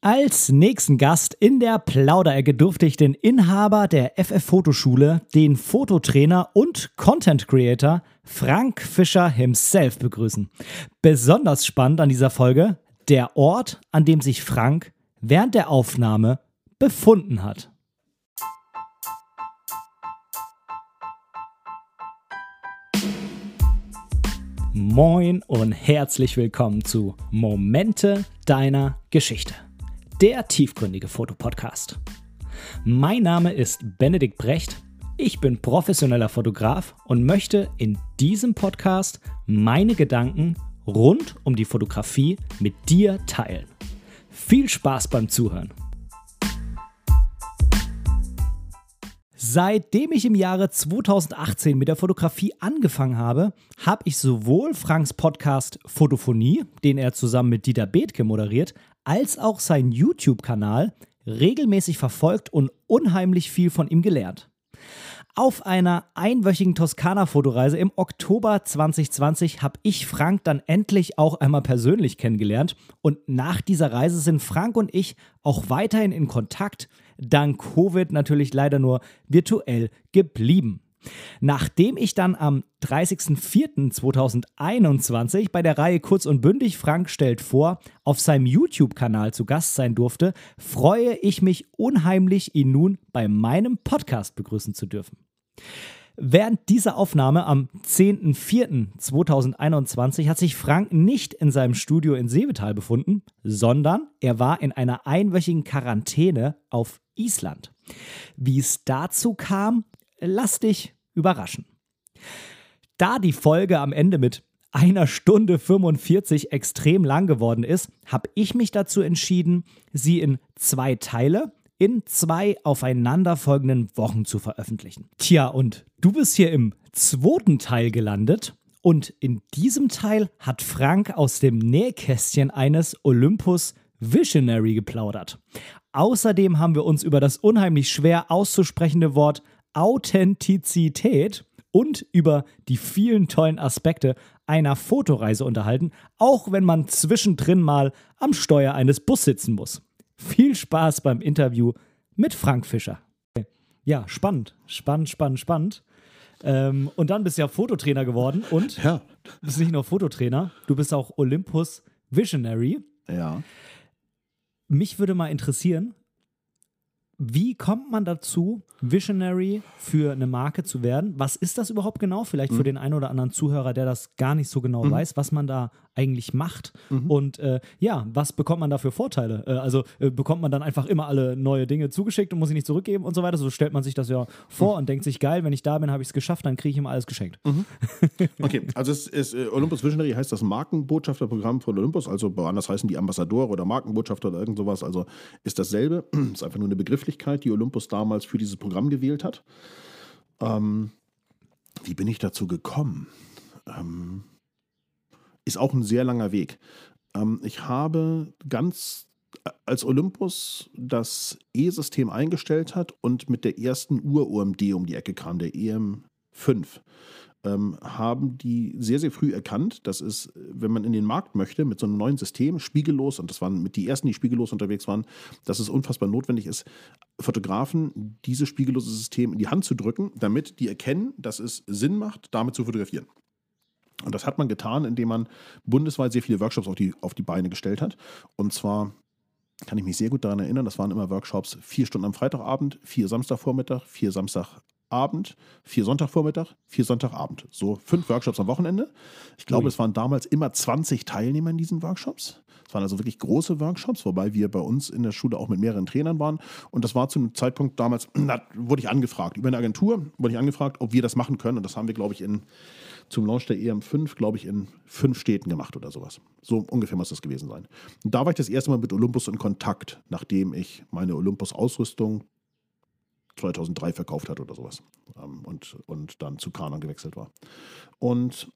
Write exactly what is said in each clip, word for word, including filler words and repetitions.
Als nächsten Gast in der Plauderecke durfte ich den Inhaber der F F-Fotoschule, den Fototrainer und Content Creator Frank Fischer himself begrüßen. Besonders spannend an dieser Folge der Ort, an dem sich Frank während der Aufnahme befunden hat. Moin und herzlich willkommen zu Momente deiner Geschichte, der tiefgründige Fotopodcast. Mein Name ist Benedikt Brecht, ich bin professioneller Fotograf und möchte in diesem Podcast meine Gedanken rund um die Fotografie mit dir teilen. Viel Spaß beim Zuhören! Seitdem ich im Jahre zweitausendachtzehn mit der Fotografie angefangen habe, habe ich sowohl Franks Podcast Fotophonie, den er zusammen mit Dieter Bethke moderiert, als auch seinen YouTube-Kanal regelmäßig verfolgt und unheimlich viel von ihm gelernt. Auf einer einwöchigen Toskana-Fotoreise im Oktober zwanzig zwanzig habe ich Frank dann endlich auch einmal persönlich kennengelernt und nach dieser Reise sind Frank und ich auch weiterhin in Kontakt, dank Covid natürlich leider nur virtuell geblieben. Nachdem ich dann am dreißigsten vierten zweitausendeinundzwanzig bei der Reihe Kurz und Bündig Frank stellt vor auf seinem YouTube-Kanal zu Gast sein durfte, freue ich mich unheimlich, ihn nun bei meinem Podcast begrüßen zu dürfen. Während dieser Aufnahme am zehnten vierten zweitausendeinundzwanzig hat sich Frank nicht in seinem Studio in Seevetal befunden, sondern er war in einer einwöchigen Quarantäne auf Island. Wie es dazu kam, lass dich überraschen. Da die Folge am Ende mit einer Stunde fünfundvierzig extrem lang geworden ist, habe ich mich dazu entschieden, sie in zwei Teile in zwei aufeinanderfolgenden Wochen zu veröffentlichen. Tja, und du bist hier im zweiten Teil gelandet und in diesem Teil hat Frank aus dem Nähkästchen eines Olympus Visionary geplaudert. Außerdem haben wir uns über das unheimlich schwer auszusprechende Wort Authentizität und über die vielen tollen Aspekte einer Fotoreise unterhalten, auch wenn man zwischendrin mal am Steuer eines Busses sitzen muss. Viel Spaß beim Interview mit Frank Fischer. Ja, spannend, spannend, spannend, spannend. Ähm, und dann bist du ja Fototrainer geworden und ja. Du bist nicht nur Fototrainer, du bist auch Olympus Visionary. Ja. Mich würde mal interessieren, wie kommt man dazu, Visionary für eine Marke zu werden? Was ist das überhaupt genau? Vielleicht für mhm. den einen oder anderen Zuhörer, der das gar nicht so genau mhm. weiß, was man da eigentlich macht. Mhm. Und äh, ja, was bekommt man da für Vorteile? Äh, also äh, bekommt man dann einfach immer alle neue Dinge zugeschickt und muss sie nicht zurückgeben und so weiter? So stellt man sich das ja vor mhm. und denkt sich, geil, wenn ich da bin, habe ich es geschafft, dann kriege ich immer alles geschenkt. Mhm. Okay, also es ist, äh, Olympus Visionary heißt das Markenbotschafterprogramm von Olympus, also anders heißen die Ambassadore oder Markenbotschafter oder irgend sowas, also ist dasselbe. Ist einfach nur eine Begrifflichkeit, die Olympus damals für dieses Programm gewählt hat. Ähm, wie bin ich dazu gekommen? Ähm, ist auch ein sehr langer Weg. Ähm, ich habe ganz, als Olympus das E-System eingestellt hat und mit der ersten Ur-O M D um die Ecke kam, der E M fünf, ähm, haben die sehr, sehr früh erkannt, dass es, wenn man in den Markt möchte, mit so einem neuen System, spiegellos, und das waren mit die ersten, die spiegellos unterwegs waren, dass es unfassbar notwendig ist, Fotografen dieses spiegellose System in die Hand zu drücken, damit die erkennen, dass es Sinn macht, damit zu fotografieren. Und das hat man getan, indem man bundesweit sehr viele Workshops auf die, auf die Beine gestellt hat. Und zwar kann ich mich sehr gut daran erinnern, das waren immer Workshops, vier Stunden am Freitagabend, vier Samstagvormittag, vier Samstagabend, vier Sonntagvormittag, vier Sonntagabend. So fünf Workshops am Wochenende. Ich glaube, Ui. es waren damals immer zwanzig Teilnehmer in diesen Workshops. Es waren also wirklich große Workshops, wobei wir bei uns in der Schule auch mit mehreren Trainern waren. Und das war zu einem Zeitpunkt damals, da wurde ich angefragt, über eine Agentur wurde ich angefragt, ob wir das machen können. Und das haben wir, glaube ich, in, zum Launch der E M fünf, glaube ich, in fünf Städten gemacht oder sowas. So ungefähr muss das gewesen sein. Und da war ich das erste Mal mit Olympus in Kontakt, nachdem ich meine Olympus-Ausrüstung zweitausenddrei verkauft hatte oder sowas. Und, und dann zu Canon gewechselt war. Und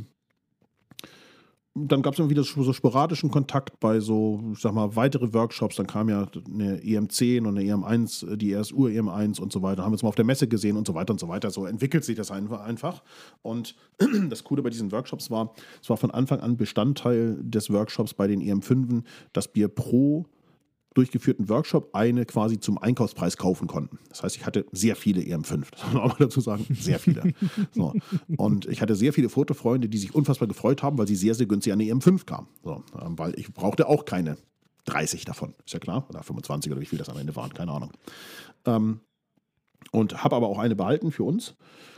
dann gab es immer wieder so sporadischen Kontakt bei so, ich sag mal, weitere Workshops. Dann kam ja eine E M zehn und eine E M eins, die erst Ur-E M eins und so weiter. Haben wir uns mal auf der Messe gesehen und so weiter und so weiter. So entwickelt sich das einfach. Und das Coole bei diesen Workshops war, es war von Anfang an Bestandteil des Workshops bei den E M fünf, dass wir pro durchgeführten Workshop eine quasi zum Einkaufspreis kaufen konnten. Das heißt, ich hatte sehr viele E M fünf, das muss man auch mal dazu sagen, sehr viele. So. Und ich hatte sehr viele Fotofreunde, die sich unfassbar gefreut haben, weil sie sehr, sehr günstig an die E M fünf kamen. So, weil ich brauchte auch keine dreißig davon, ist ja klar, oder fünfundzwanzig oder wie viel das am Ende waren, keine Ahnung. Ähm, und habe aber auch eine behalten für uns.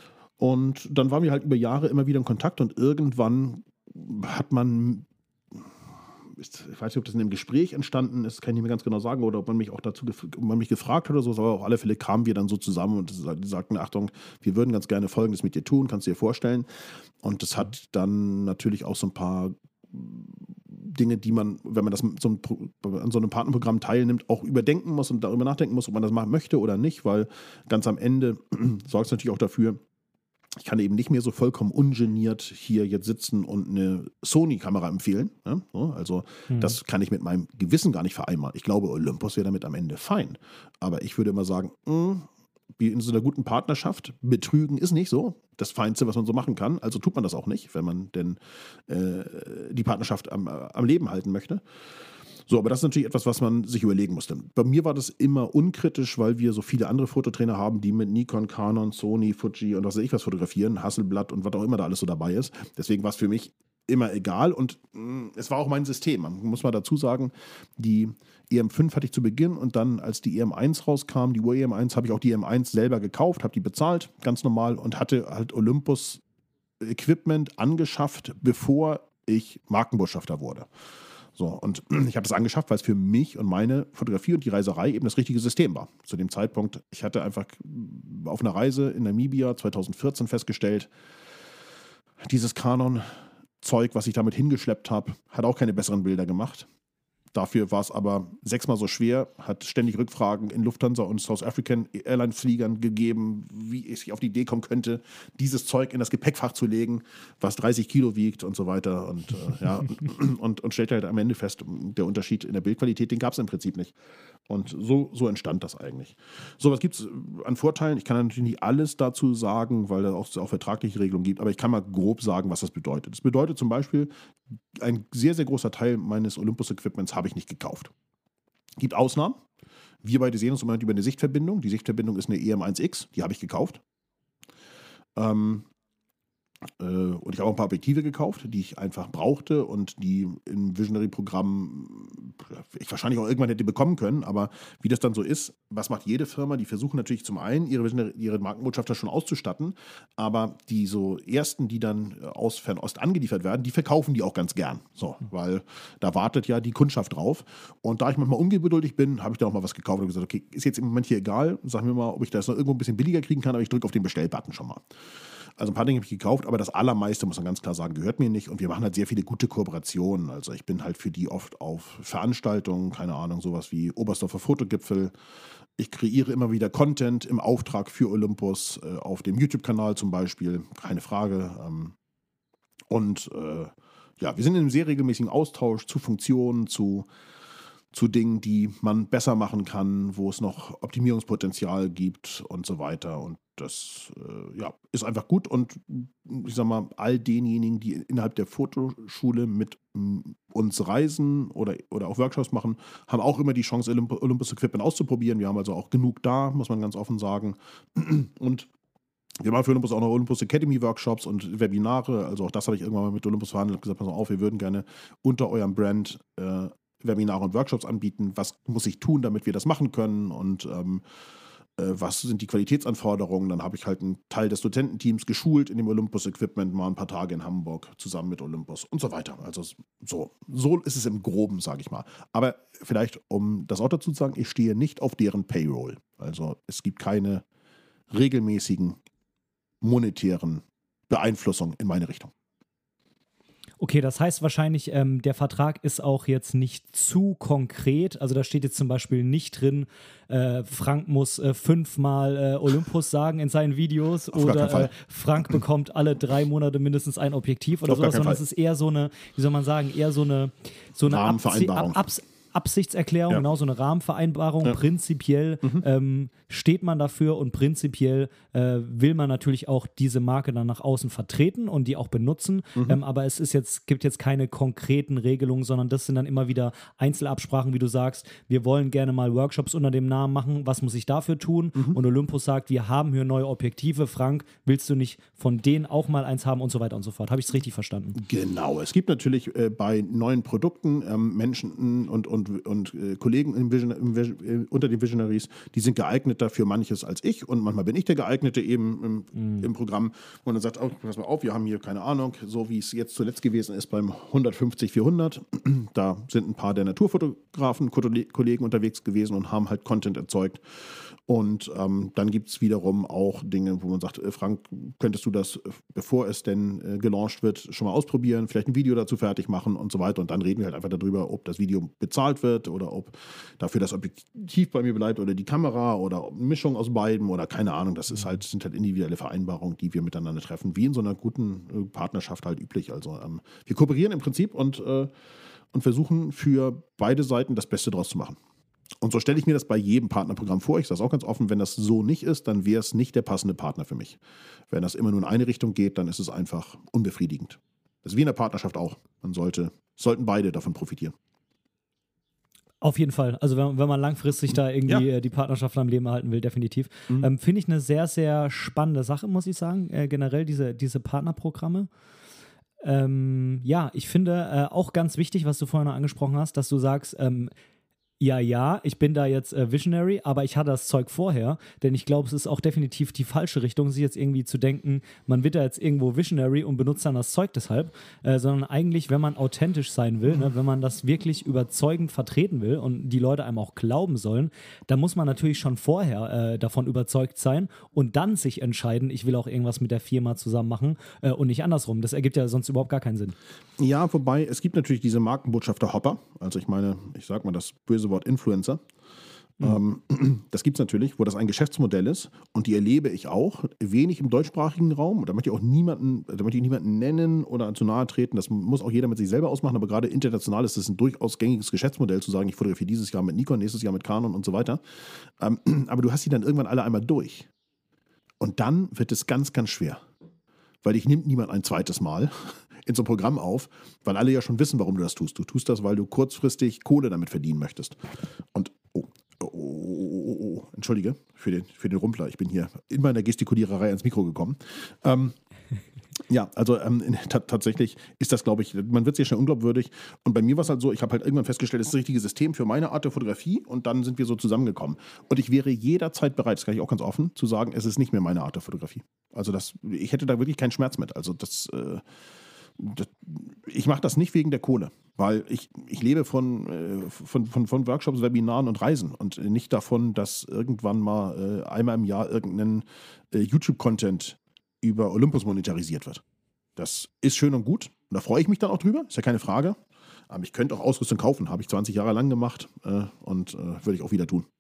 Und dann waren wir halt über Jahre immer wieder in Kontakt und irgendwann hat man, ich weiß nicht, ob das in einem Gespräch entstanden ist, kann ich nicht mehr ganz genau sagen, oder ob man mich auch dazu ob man mich gefragt hat oder so, aber auf alle Fälle kamen wir dann so zusammen und die sagten, Achtung, wir würden ganz gerne Folgendes mit dir tun, kannst du dir vorstellen. Und das hat dann natürlich auch so ein paar Dinge, die man, wenn man das so ein, an so einem Partnerprogramm teilnimmt, auch überdenken muss und darüber nachdenken muss, ob man das machen möchte oder nicht, weil ganz am Ende sorgt es natürlich auch dafür, ich kann eben nicht mehr so vollkommen ungeniert hier jetzt sitzen und eine Sony-Kamera empfehlen. Ja? So, also mhm. das kann ich mit meinem Gewissen gar nicht vereinbaren. Ich glaube, Olympus wäre damit am Ende fein. Aber ich würde immer sagen, mh, wie in so einer guten Partnerschaft, betrügen ist nicht so das Feinste, was man so machen kann. Also tut man das auch nicht, wenn man denn äh, die Partnerschaft am, am Leben halten möchte. So, aber das ist natürlich etwas, was man sich überlegen musste. Bei mir war das immer unkritisch, weil wir so viele andere Fototrainer haben, die mit Nikon, Canon, Sony, Fuji und was weiß ich was fotografieren, Hasselblad und was auch immer da alles so dabei ist. Deswegen war es für mich immer egal und mh, es war auch mein System. Man muss mal dazu sagen, die E M fünf hatte ich zu Beginn und dann, als die E M eins rauskam, die Ur-E M eins, habe ich auch die E M eins selber gekauft, habe die bezahlt, ganz normal, und hatte halt Olympus Equipment angeschafft, bevor ich Markenbotschafter wurde. So, und ich habe das angeschafft, weil es für mich und meine Fotografie und die Reiserei eben das richtige System war. Zu dem Zeitpunkt, ich hatte einfach auf einer Reise in Namibia zweitausendvierzehn festgestellt, dieses Canon-Zeug, was ich damit hingeschleppt habe, hat auch keine besseren Bilder gemacht. Dafür war es aber sechsmal so schwer, hat ständig Rückfragen in Lufthansa und South African Airlines-Fliegern gegeben, wie ich auf die Idee kommen könnte, dieses Zeug in das Gepäckfach zu legen, was dreißig Kilo wiegt und so weiter. Und, äh, ja, und, und, und stellte halt am Ende fest, der Unterschied in der Bildqualität, den gab es im Prinzip nicht. Und so, so entstand das eigentlich. So, was gibt es an Vorteilen? Ich kann natürlich nicht alles dazu sagen, weil es auch, auch vertragliche Regelungen gibt, aber ich kann mal grob sagen, was das bedeutet. Das bedeutet zum Beispiel, ein sehr, sehr großer Teil meines Olympus-Equipments habe ich nicht gekauft. Gibt Ausnahmen. Wir beide sehen uns im Moment über eine Sichtverbindung. Die Sichtverbindung ist eine E M eins X, die habe ich gekauft. Ähm, äh, und ich habe auch ein paar Objektive gekauft, die ich einfach brauchte und die im Visionary-Programm ich wahrscheinlich auch irgendwann hätte bekommen können, aber wie das dann so ist, was macht jede Firma? Die versuchen natürlich zum einen, ihre, ihre Markenbotschafter schon auszustatten, aber die so ersten, die dann aus Fernost angeliefert werden, die verkaufen die auch ganz gern. So, weil da wartet ja die Kundschaft drauf. Und da ich manchmal ungeduldig bin, habe ich da auch mal was gekauft und gesagt, okay, ist jetzt im Moment hier egal, sag mir mal, ob ich das noch irgendwo ein bisschen billiger kriegen kann, aber ich drücke auf den Bestellbutton schon mal. Also ein paar Dinge habe ich gekauft, aber das Allermeiste, muss man ganz klar sagen, gehört mir nicht. Und wir machen halt sehr viele gute Kooperationen. Also ich bin halt für die oft auf Veranstaltungen, keine Ahnung, sowas wie Oberstdorfer Fotogipfel. Ich kreiere immer wieder Content im Auftrag für Olympus, äh, auf dem YouTube-Kanal zum Beispiel, keine Frage. Ähm, und äh, ja, wir sind in einem sehr regelmäßigen Austausch zu Funktionen, zu zu Dingen, die man besser machen kann, wo es noch Optimierungspotenzial gibt und so weiter. Und das äh, ja, ist einfach gut. Und ich sag mal, all denjenigen, die innerhalb der Fotoschule mit m, uns reisen oder, oder auch Workshops machen, haben auch immer die Chance, Olymp- Olympus Equipment auszuprobieren. Wir haben also auch genug da, muss man ganz offen sagen. Und wir machen für Olympus auch noch Olympus Academy Workshops und Webinare. Also auch das habe ich irgendwann mal mit Olympus verhandelt und gesagt, pass mal auf, wir würden gerne unter eurem Brand äh, Webinare und Workshops anbieten. Was muss ich tun, damit wir das machen können? Und ähm, äh, was sind die Qualitätsanforderungen? Dann habe ich halt einen Teil des Dozententeams geschult in dem Olympus-Equipment, mal ein paar Tage in Hamburg zusammen mit Olympus und so weiter. Also so, so ist es im Groben, sage ich mal. Aber vielleicht, um das auch dazu zu sagen, ich stehe nicht auf deren Payroll. Also es gibt keine regelmäßigen monetären Beeinflussungen in meine Richtung. Okay, das heißt wahrscheinlich, ähm, der Vertrag ist auch jetzt nicht zu konkret. Also da steht jetzt zum Beispiel nicht drin, äh, Frank muss äh, fünfmal äh, Olympus sagen in seinen Videos Auf oder äh, Frank bekommt alle drei Monate mindestens ein Objektiv oder sowas, sondern es ist eher so eine, wie soll man sagen, eher so eine, so eine Rahmenvereinbarung. Abzie- Ab- Abs- Absichtserklärung, Ja. genau so eine Rahmenvereinbarung. Ja. Prinzipiell Mhm. ähm, steht man dafür und prinzipiell äh, will man natürlich auch diese Marke dann nach außen vertreten und die auch benutzen. Mhm. Ähm, aber es ist jetzt, gibt jetzt keine konkreten Regelungen, sondern das sind dann immer wieder Einzelabsprachen, wie du sagst. Wir wollen gerne mal Workshops unter dem Namen machen. Was muss ich dafür tun? Mhm. Und Olympus sagt, wir haben hier neue Objektive. Frank, willst du nicht von denen auch mal eins haben und so weiter und so fort? Habe ich es richtig verstanden? Genau. Es gibt natürlich äh, bei neuen Produkten ähm, Menschen und, und, und äh, Kollegen im Vision, im Vision, äh, unter den Visionaries, die sind geeigneter für manches als ich und manchmal bin ich der Geeignete eben im, Mhm. im Programm und dann sagt, oh, pass mal auf, wir haben hier keine Ahnung, so wie es jetzt zuletzt gewesen ist beim hundertfünfzig vierhundert, da sind ein paar der Naturfotografen, Kollegen unterwegs gewesen und haben halt Content erzeugt und ähm, dann gibt es wiederum auch Dinge, wo man sagt, äh, Frank, könntest du das, bevor es denn äh, gelauncht wird, schon mal ausprobieren, vielleicht ein Video dazu fertig machen und so weiter und dann reden wir halt einfach darüber, ob das Video bezahlt wird oder ob dafür das Objektiv bei mir bleibt oder die Kamera oder eine Mischung aus beiden oder keine Ahnung, das ist halt, sind halt individuelle Vereinbarungen, die wir miteinander treffen, wie in so einer guten äh, Partnerschaft halt üblich. Also ähm, wir kooperieren im Prinzip und, äh, und versuchen für beide Seiten das Beste draus zu machen. Und so stelle ich mir das bei jedem Partnerprogramm vor. Ich sage es auch ganz offen, wenn das so nicht ist, dann wäre es nicht der passende Partner für mich. Wenn das immer nur in eine Richtung geht, dann ist es einfach unbefriedigend. Das ist wie in der Partnerschaft auch. Man sollte, sollten beide davon profitieren. Auf jeden Fall. Also wenn, wenn man langfristig da irgendwie Ja. äh, die Partnerschaft am Leben erhalten will, definitiv. Mhm. Ähm, Finde ich eine sehr, sehr spannende Sache, muss ich sagen. Äh, generell diese, diese Partnerprogramme. Ähm, ja, ich finde äh, auch ganz wichtig, was du vorhin noch angesprochen hast, dass du sagst, ähm, ja, ja, ich bin da jetzt äh, Visionary, aber ich hatte das Zeug vorher, denn ich glaube, es ist auch definitiv die falsche Richtung, sich jetzt irgendwie zu denken, man wird da jetzt irgendwo Visionary und benutzt dann das Zeug deshalb, äh, sondern eigentlich, wenn man authentisch sein will, ne, wenn man das wirklich überzeugend vertreten will und die Leute einem auch glauben sollen, dann muss man natürlich schon vorher äh, davon überzeugt sein und dann sich entscheiden, ich will auch irgendwas mit der Firma zusammen machen äh, und nicht andersrum. Das ergibt ja sonst überhaupt gar keinen Sinn. Ja, wobei, es gibt natürlich diese Markenbotschafter Hopper. Also ich meine, ich sag mal das böse Wort Influencer. Mhm. Ähm, das gibt es natürlich, wo das ein Geschäftsmodell ist und die erlebe ich auch, wenig im deutschsprachigen Raum. Da möchte ich auch niemanden, da möchte ich niemanden nennen oder zu nahe treten. Das muss auch jeder mit sich selber ausmachen, aber gerade international ist es ein durchaus gängiges Geschäftsmodell, zu sagen, ich fotografiere dieses Jahr mit Nikon, nächstes Jahr mit Canon und so weiter. Ähm, aber du hast die dann irgendwann alle einmal durch. Und dann wird es ganz, ganz schwer. Weil dich nimmt niemand ein zweites Mal in so ein Programm auf, weil alle ja schon wissen, warum du das tust. Du tust das, weil du kurzfristig Kohle damit verdienen möchtest. Und, oh, oh, oh, oh, oh, entschuldige für den, für den Rumpler. Ich bin hier in meiner Gestikuliererei ans Mikro gekommen. Ähm, ja, also ähm, tatsächlich ist das, glaube ich, man wird sehr schnell unglaubwürdig. Und bei mir war es halt so, ich habe halt irgendwann festgestellt, es ist das richtige System für meine Art der Fotografie und dann sind wir so zusammengekommen. Und ich wäre jederzeit bereit, das kann ich auch ganz offen, zu sagen, es ist nicht mehr meine Art der Fotografie. Also das, ich hätte da wirklich keinen Schmerz mit. Also das, äh, das ich mache das nicht wegen der Kohle, weil ich, ich lebe von, äh, von, von, von Workshops, Webinaren und Reisen und nicht davon, dass irgendwann mal äh, einmal im Jahr irgendein äh, YouTube-Content über Olympus monetarisiert wird. Das ist schön und gut und da freue ich mich dann auch drüber, ist ja keine Frage. Aber ich könnte auch Ausrüstung kaufen, habe ich zwanzig Jahre lang gemacht äh, und äh, würde ich auch wieder tun.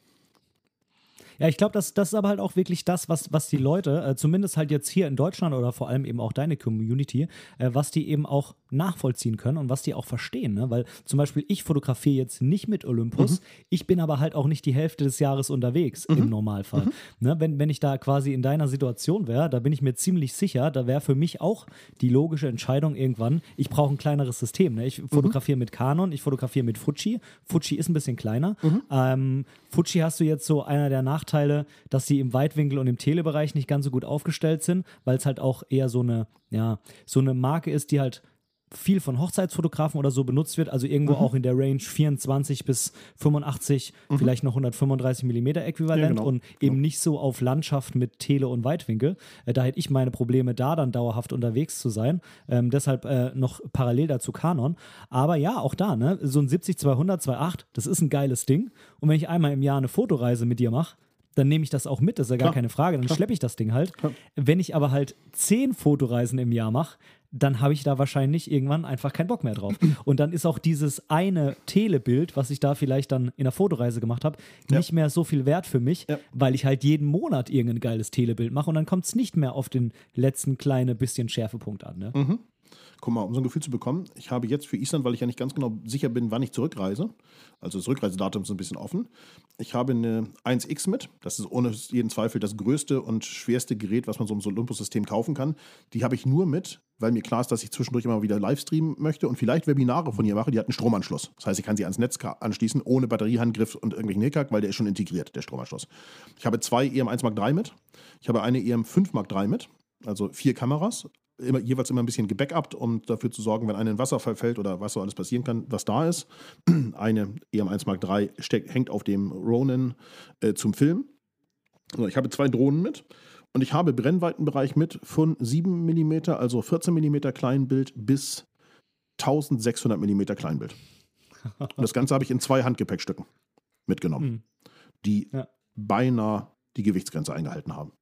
Ja, ich glaube, das, das ist aber halt auch wirklich das, was, was die Leute, äh, zumindest halt jetzt hier in Deutschland oder vor allem eben auch deine Community, äh, was die eben auch nachvollziehen können und was die auch verstehen. Ne? Weil zum Beispiel ich fotografiere jetzt nicht mit Olympus, mhm. ich bin aber halt auch nicht die Hälfte des Jahres unterwegs mhm. im Normalfall. Mhm. Ne? Wenn, wenn ich da quasi in deiner Situation wäre, da bin ich mir ziemlich sicher, da wäre für mich auch die logische Entscheidung irgendwann, ich brauche ein kleineres System. Ne? Ich fotografiere mhm. mit Canon, ich fotografiere mit Fuji. Fuji ist ein bisschen kleiner. Mhm. Ähm, Fuji hast du jetzt so einer der Nachteile, Nachteile, dass sie im Weitwinkel- und im Telebereich nicht ganz so gut aufgestellt sind, weil es halt auch eher so eine, ja, so eine Marke ist, die halt viel von Hochzeitsfotografen oder so benutzt wird, also irgendwo mhm. auch in der Range vierundzwanzig bis fünfundachtzig, mhm. vielleicht noch hundertfünfunddreißig Millimeter äquivalent ja, genau. und eben genau. nicht so auf Landschaft mit Tele- und Weitwinkel. Äh, da hätte ich meine Probleme, da dann dauerhaft unterwegs zu sein. Ähm, deshalb äh, noch parallel dazu Canon. Aber ja, auch da, ne, so ein siebzig zweihundert zwei Komma acht, das ist ein geiles Ding. Und wenn ich einmal im Jahr eine Fotoreise mit dir mache, dann nehme ich das auch mit, das ist ja gar Klar. keine Frage, dann schleppe ich das Ding halt. Klar. Wenn ich aber halt zehn Fotoreisen im Jahr mache, dann habe ich da wahrscheinlich irgendwann einfach keinen Bock mehr drauf. Und dann ist auch dieses eine Telebild, was ich da vielleicht dann in der Fotoreise gemacht habe, ja. nicht mehr so viel wert für mich, ja. weil ich halt jeden Monat irgendein geiles Telebild mache und dann kommt es nicht mehr auf den letzten kleinen bisschen Schärfepunkt an. Ne? Mhm. guck mal, um so ein Gefühl zu bekommen, ich habe jetzt für Island, weil ich ja nicht ganz genau sicher bin, wann ich zurückreise, also das Rückreisedatum ist ein bisschen offen, ich habe eine eins X mit, das ist ohne jeden Zweifel das größte und schwerste Gerät, was man so im Olympus-System kaufen kann. Die habe ich nur mit, weil mir klar ist, dass ich zwischendurch immer wieder Livestreamen möchte und vielleicht Webinare von ihr mache, die hat einen Stromanschluss. Das heißt, ich kann sie ans Netz anschließen, ohne Batteriehandgriff und irgendwelchen Hickhack, weil der ist schon integriert, der Stromanschluss. Ich habe zwei E M eins Mark drei mit, ich habe eine E M fünf Mark drei mit, also vier Kameras, immer, jeweils immer ein bisschen gebackupt, um dafür zu sorgen, wenn einer in Wasserfall fällt oder was so alles passieren kann, was da ist. Eine E M eins Mark drei steck, hängt auf dem Ronin äh, zum Film. Also ich habe zwei Drohnen mit und ich habe Brennweitenbereich mit von sieben Millimeter, also vierzehn Millimeter Kleinbild bis eintausendsechshundert Millimeter Kleinbild. Und das Ganze habe ich in zwei Handgepäckstücken mitgenommen, mhm. die ja. beinahe die Gewichtsgrenze eingehalten haben.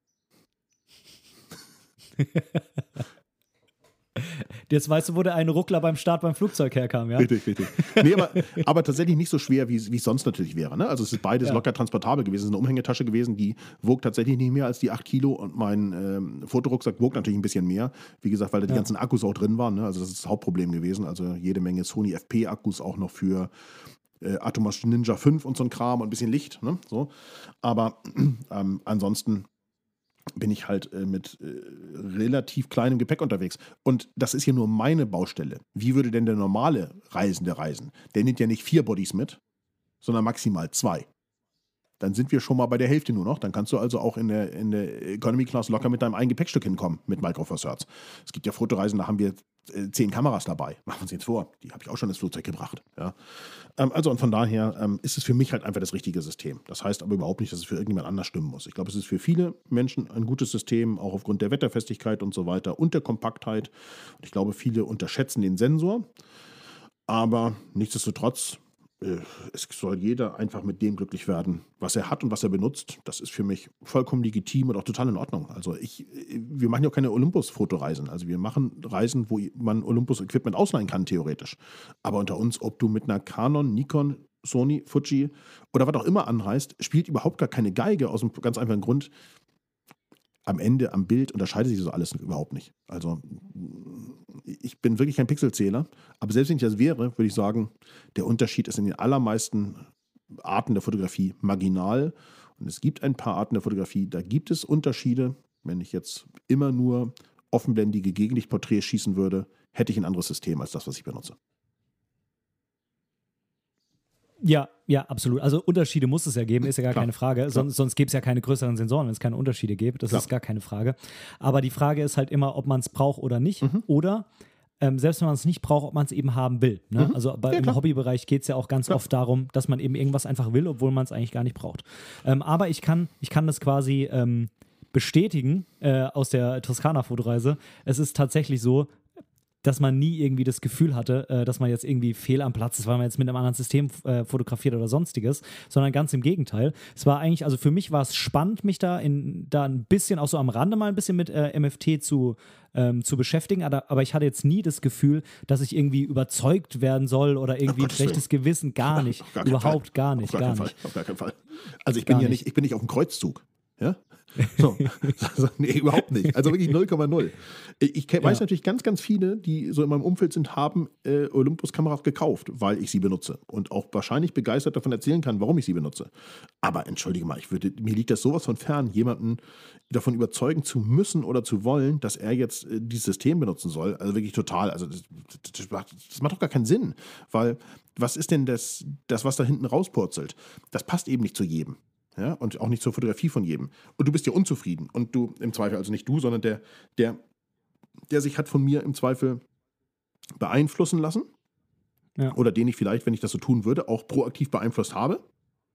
Jetzt weißt du, wo der eine Ruckler beim Start beim Flugzeug herkam, ja? Richtig, richtig. Nee, aber, aber tatsächlich nicht so schwer, wie es sonst natürlich wäre. Ne? Also es ist beides ja. locker transportabel gewesen. Es ist eine Umhängetasche gewesen, die wog tatsächlich nicht mehr als die acht Kilo und mein ähm, Fotorucksack wog natürlich ein bisschen mehr. Wie gesagt, weil da die ja. ganzen Akkus auch drin waren. Ne? Also das ist das Hauptproblem gewesen. Also jede Menge Sony F P-Akkus auch noch für äh, Atomos Ninja fünf und so ein Kram und ein bisschen Licht. Ne? So. Aber ähm, ansonsten bin ich halt äh, mit äh, relativ kleinem Gepäck unterwegs. Und das ist ja nur meine Baustelle. Wie würde denn der normale Reisende reisen? Der nimmt ja nicht vier Bodies mit, sondern maximal zwei. Dann sind wir schon mal bei der Hälfte nur noch. Dann kannst du also auch in der, in der Economy Class locker mit deinem eigenen Gepäckstück hinkommen, mit Micro Four Thirds. Es gibt ja Fotoreisen, da haben wir äh, zehn Kameras dabei. Machen wir uns jetzt vor. Die habe ich auch schon ins Flugzeug gebracht. Ja. Ähm, also und von daher ähm, ist es für mich halt einfach das richtige System. Das heißt aber überhaupt nicht, dass es für irgendjemand anders stimmen muss. Ich glaube, es ist für viele Menschen ein gutes System, auch aufgrund der Wetterfestigkeit und so weiter und der Kompaktheit. Und ich glaube, viele unterschätzen den Sensor. Aber nichtsdestotrotz, es soll jeder einfach mit dem glücklich werden, was er hat und was er benutzt. Das ist für mich vollkommen legitim und auch total in Ordnung. Also ich, wir machen ja auch keine Olympus-Fotoreisen. Also wir machen Reisen, wo man Olympus-Equipment ausleihen kann, theoretisch. Aber unter uns, ob du mit einer Canon, Nikon, Sony, Fuji oder was auch immer anreist, spielt überhaupt gar keine Geige aus einem ganz einfachen Grund. Am Ende, am Bild unterscheidet sich das alles überhaupt nicht. Also ich bin wirklich kein Pixelzähler, aber selbst wenn ich das wäre, würde ich sagen, der Unterschied ist in den allermeisten Arten der Fotografie marginal. Und es gibt ein paar Arten der Fotografie, da gibt es Unterschiede. Wenn ich jetzt immer nur offenblendige Gegenlichtporträts schießen würde, hätte ich ein anderes System als das, was ich benutze. Ja, ja, absolut. Also Unterschiede muss es ja geben, ist ja gar Klar, keine Frage. Sonst, sonst gäbe es ja keine größeren Sensoren, wenn es keine Unterschiede gäbe. Das Klar. ist gar keine Frage. Aber die Frage ist halt immer, ob man es braucht oder nicht. Mhm. Oder ähm, selbst wenn man es nicht braucht, ob man es eben haben will. Ne? Mhm. Also bei, ja, im Hobbybereich geht es ja auch ganz klar. oft darum, dass man eben irgendwas einfach will, obwohl man es eigentlich gar nicht braucht. Ähm, aber ich kann, ich kann das quasi ähm, bestätigen äh, aus der Toskana-Fotoreise. Es ist tatsächlich so, dass man nie irgendwie das Gefühl hatte, äh, dass man jetzt irgendwie fehl am Platz ist, weil man jetzt mit einem anderen System äh, fotografiert oder sonstiges, sondern ganz im Gegenteil. Es war eigentlich, also für mich war es spannend, mich da in da ein bisschen, auch so am Rande mal ein bisschen mit äh, M F T zu, ähm, zu beschäftigen, aber, aber ich hatte jetzt nie das Gefühl, dass ich irgendwie überzeugt werden soll oder irgendwie ein schlechtes Gewissen, gar nicht, gar überhaupt Fall. gar nicht, auf gar, gar nicht. Fall. Auf gar keinen Fall. Also ich bin ja nicht, ich bin nicht auf dem Kreuzzug, ja? So. Also, nee, überhaupt nicht. Also wirklich null Komma null. Ich weiß ja. natürlich ganz, ganz viele, die so in meinem Umfeld sind, haben äh, Olympus-Kameras gekauft, weil ich sie benutze und auch wahrscheinlich begeistert davon erzählen kann, warum ich sie benutze. Aber entschuldige mal, ich würde, mir liegt das sowas von fern, jemanden davon überzeugen zu müssen oder zu wollen, dass er jetzt äh, dieses System benutzen soll. Also wirklich total. Also das, das, das macht doch gar keinen Sinn, weil was ist denn das, das, was da hinten rauspurzelt? Das passt eben nicht zu jedem. Ja, und auch nicht zur Fotografie von jedem. Und du bist ja unzufrieden. Und du, im Zweifel, also nicht du, sondern der, der, der sich hat von mir im Zweifel beeinflussen lassen. Ja. Oder den ich vielleicht, wenn ich das so tun würde, auch proaktiv beeinflusst habe.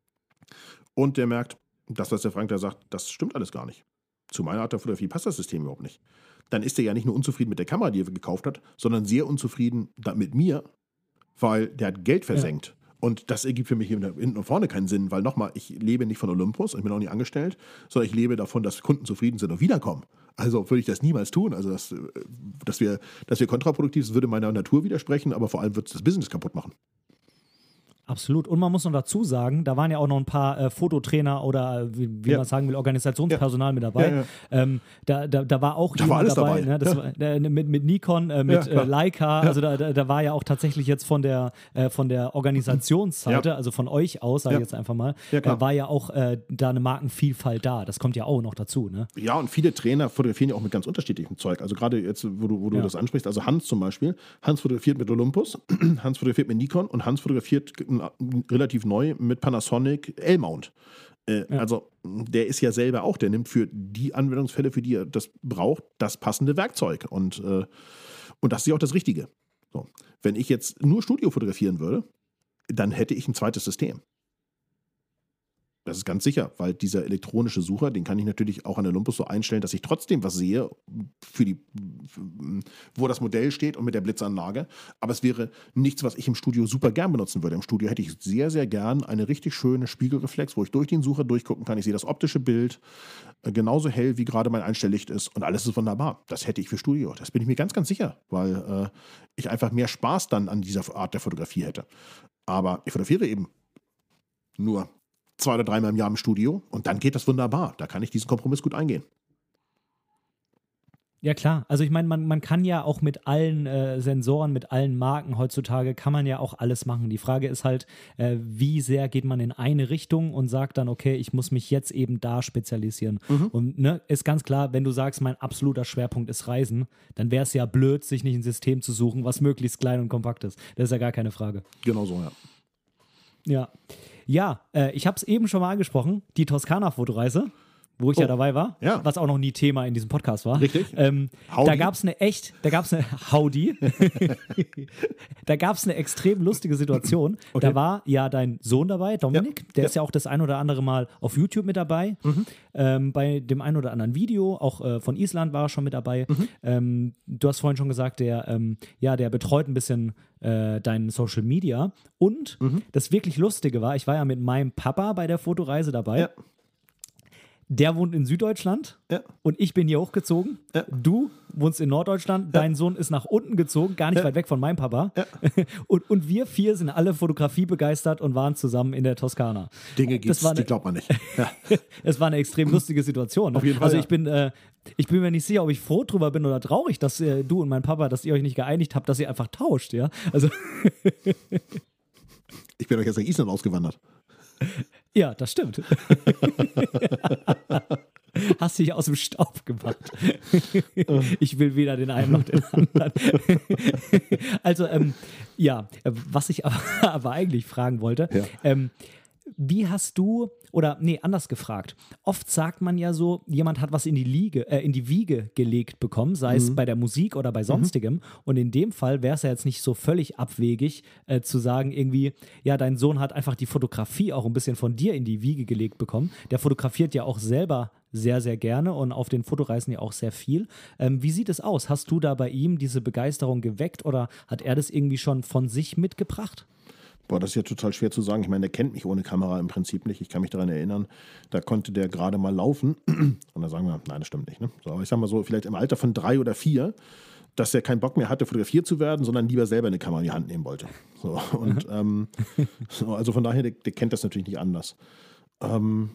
Und der merkt, das, was der Frank da sagt, das stimmt alles gar nicht. Zu meiner Art der Fotografie passt das System überhaupt nicht. Dann ist er ja nicht nur unzufrieden mit der Kamera, die er gekauft hat, sondern sehr unzufrieden mit mir, weil der hat Geld versenkt. Ja. Und das ergibt für mich hinten und vorne keinen Sinn, weil nochmal, ich lebe nicht von Olympus, ich bin auch nicht angestellt, sondern ich lebe davon, dass Kunden zufrieden sind und wiederkommen. Also würde ich das niemals tun. Also das, dass wir, dass wir kontraproduktiv sind, würde meiner Natur widersprechen, aber vor allem wird es das Business kaputt machen. Absolut. Und man muss noch dazu sagen, da waren ja auch noch ein paar äh, Fototrainer oder äh, wie, wie Ja. man sagen will, Organisationspersonal Ja. mit dabei. Ja, ja. Ähm, da, da, da war auch Da war jemand alles dabei, dabei. Ne? Das Ja. war, äh, mit, mit Nikon, äh, mit Ja, klar. äh, Leica. Also da, da, da war ja auch tatsächlich jetzt von der, äh, von der Organisationsseite, Ja. also von euch aus, sage Ja. ich jetzt einfach mal, Ja, klar. äh, war ja auch äh, da eine Markenvielfalt da. Das kommt ja auch noch dazu. Ne? Ja, und viele Trainer fotografieren ja auch mit ganz unterschiedlichem Zeug. Also gerade jetzt, wo du, wo du Ja. das ansprichst, also Hans zum Beispiel. Hans fotografiert mit Olympus, Hans fotografiert mit Nikon und Hans fotografiert äh, relativ neu mit Panasonic L-Mount. Äh, Ja. Also der ist ja selber auch, der nimmt für die Anwendungsfälle, für die er das braucht, das passende Werkzeug. Und, äh, und das ist ja auch das Richtige. So. Wenn ich jetzt nur Studio fotografieren würde, dann hätte ich ein zweites System. Das ist ganz sicher, weil dieser elektronische Sucher, den kann ich natürlich auch an Olympus so einstellen, dass ich trotzdem was sehe, für die, für, wo das Modell steht und mit der Blitzanlage. Aber es wäre nichts, was ich im Studio super gern benutzen würde. Im Studio hätte ich sehr, sehr gern eine richtig schöne Spiegelreflex, wo ich durch den Sucher durchgucken kann. Ich sehe das optische Bild, äh, genauso hell, wie gerade mein Einstelllicht ist. Und alles ist wunderbar. Das hätte ich für Studio. Das bin ich mir ganz, ganz sicher, weil äh, ich einfach mehr Spaß dann an dieser Art der Fotografie hätte. Aber ich fotografiere eben nur zwei oder dreimal im Jahr im Studio und dann geht das wunderbar. Da kann ich diesen Kompromiss gut eingehen. Ja klar, also ich meine, man, man kann ja auch mit allen äh, Sensoren, mit allen Marken heutzutage, kann man ja auch alles machen. Die Frage ist halt, äh, wie sehr geht man in eine Richtung und sagt dann, okay, ich muss mich jetzt eben da spezialisieren. Mhm. Und ne, ist ganz klar, wenn du sagst, mein absoluter Schwerpunkt ist Reisen, dann wäre es ja blöd, sich nicht ein System zu suchen, was möglichst klein und kompakt ist. Das ist ja gar keine Frage. Genau so, ja. Ja, ja äh, ich habe es eben schon mal angesprochen, die Toskana-Fotoreise, wo ich Oh, ja dabei war, ja. was auch noch nie Thema in diesem Podcast war. Richtig. Ähm, Howdy. da gab es eine echt, da gab es eine Howdy, da gab es eine extrem lustige Situation. Okay. Da war ja dein Sohn dabei, Dominik, Ja. der Ja. ist ja auch das ein oder andere Mal auf YouTube mit dabei, Mhm. ähm, bei dem ein oder anderen Video, auch äh, von Island war er schon mit dabei. Mhm. Ähm, du hast vorhin schon gesagt, der, ähm, ja, der betreut ein bisschen äh, dein Social Media und Mhm. das wirklich Lustige war, ich war ja mit meinem Papa bei der Fotoreise dabei. Ja. Der wohnt in Süddeutschland Ja. und ich bin hier hochgezogen. Ja. Du wohnst in Norddeutschland, dein Sohn ist nach unten gezogen, gar nicht Ja. weit weg von meinem Papa. Ja. Und, und wir vier sind alle Fotografie begeistert und waren zusammen in der Toskana. Dinge gibt's, Das war eine- die glaubt man nicht. Ja. Es war eine extrem lustige Situation. Ne? Auf jeden Fall, also ja. ich bin, äh, ich bin mir nicht sicher, ob ich froh drüber bin oder traurig, dass äh, du und mein Papa, dass ihr euch nicht geeinigt habt, dass ihr einfach tauscht, ja. Also Ich bin euch jetzt nach Island ausgewandert. ja, das stimmt. Hast dich aus dem Staub gemacht. Ich will weder den einen noch den anderen. Also, ähm, ja, was ich aber, aber eigentlich fragen wollte, Ja. ähm, wie hast du, oder nee, anders gefragt, oft sagt man ja so, jemand hat was in die, Liege, äh, in die Wiege gelegt bekommen, sei es bei der Musik oder bei sonstigem. Und in dem Fall wäre es ja jetzt nicht so völlig abwegig äh, zu sagen, irgendwie, ja, dein Sohn hat einfach die Fotografie auch ein bisschen von dir in die Wiege gelegt bekommen. Der fotografiert ja auch selber sehr, sehr gerne und auf den Fotoreisen ja auch sehr viel. Ähm, wie sieht es aus? Hast du da bei ihm diese Begeisterung geweckt oder hat er das irgendwie schon von sich mitgebracht? Boah, das ist ja total schwer zu sagen. Ich meine, der kennt mich ohne Kamera im Prinzip nicht. Ich kann mich daran erinnern, da konnte der gerade mal laufen. Und dann sagen wir, nein, das stimmt nicht. Ne? So, aber ich sag mal so, vielleicht im Alter von drei oder vier, dass er keinen Bock mehr hatte, fotografiert zu werden, sondern lieber selber eine Kamera in die Hand nehmen wollte. So, und ähm, so, also von daher, der, der kennt das natürlich nicht anders. Ähm,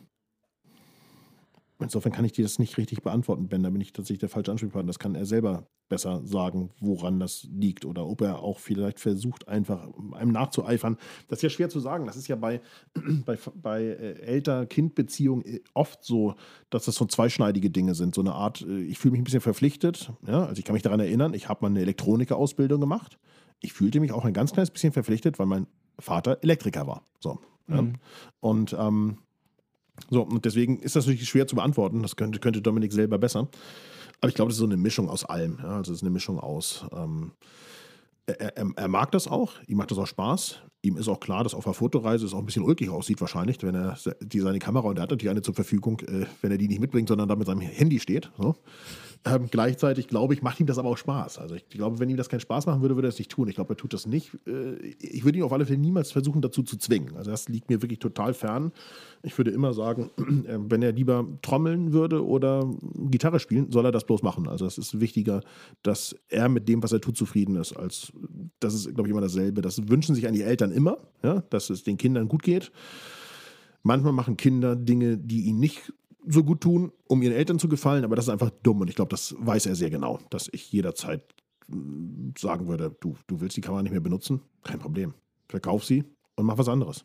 insofern kann ich dir das nicht richtig beantworten, Ben. Da bin ich tatsächlich der falsche Ansprechpartner. Das kann er selber besser sagen, woran das liegt oder ob er auch vielleicht versucht, einfach einem nachzueifern. Das ist ja schwer zu sagen. Das ist ja bei, bei, bei Elter-Kind-Beziehungen oft so, dass das so zweischneidige Dinge sind. So eine Art, ich fühle mich ein bisschen verpflichtet. Ja? Also ich kann mich daran erinnern, ich habe mal eine Elektroniker-Ausbildung gemacht. Ich fühlte mich auch ein ganz kleines bisschen verpflichtet, weil mein Vater Elektriker war. So. Ja? Mhm. Und ähm, So, und deswegen ist das natürlich schwer zu beantworten. Das könnte, könnte Dominik selber besser. Aber ich glaube, das ist so eine Mischung aus allem. Ja? Also es ist eine Mischung aus. Ähm, er, er, er mag das auch, ihm macht das auch Spaß. Ihm ist auch klar, dass auf der Fotoreise es auch ein bisschen ulkig aussieht wahrscheinlich, wenn er die, seine Kamera, und er hat natürlich eine zur Verfügung, äh, wenn er die nicht mitbringt, sondern da mit seinem Handy steht. So. Ähm, gleichzeitig, glaube ich, macht ihm das aber auch Spaß. Also ich glaube, wenn ihm das keinen Spaß machen würde, würde er es nicht tun. Ich glaube, er tut das nicht. Äh, ich würde ihn auf alle Fälle niemals versuchen, dazu zu zwingen. Also das liegt mir wirklich total fern. Ich würde immer sagen, äh, wenn er lieber trommeln würde oder Gitarre spielen, soll er das bloß machen. Also es ist wichtiger, dass er mit dem, was er tut, zufrieden ist. Als das ist, glaube ich, immer dasselbe. Das wünschen sich eigentlich Eltern Eltern immer, ja, dass es den Kindern gut geht. Manchmal machen Kinder Dinge, die ihnen nicht so gut tun, um ihren Eltern zu gefallen, aber das ist einfach dumm und ich glaube, das weiß er sehr genau, dass ich jederzeit sagen würde, du, du willst die Kamera nicht mehr benutzen? Kein Problem. Verkauf sie und mach was anderes.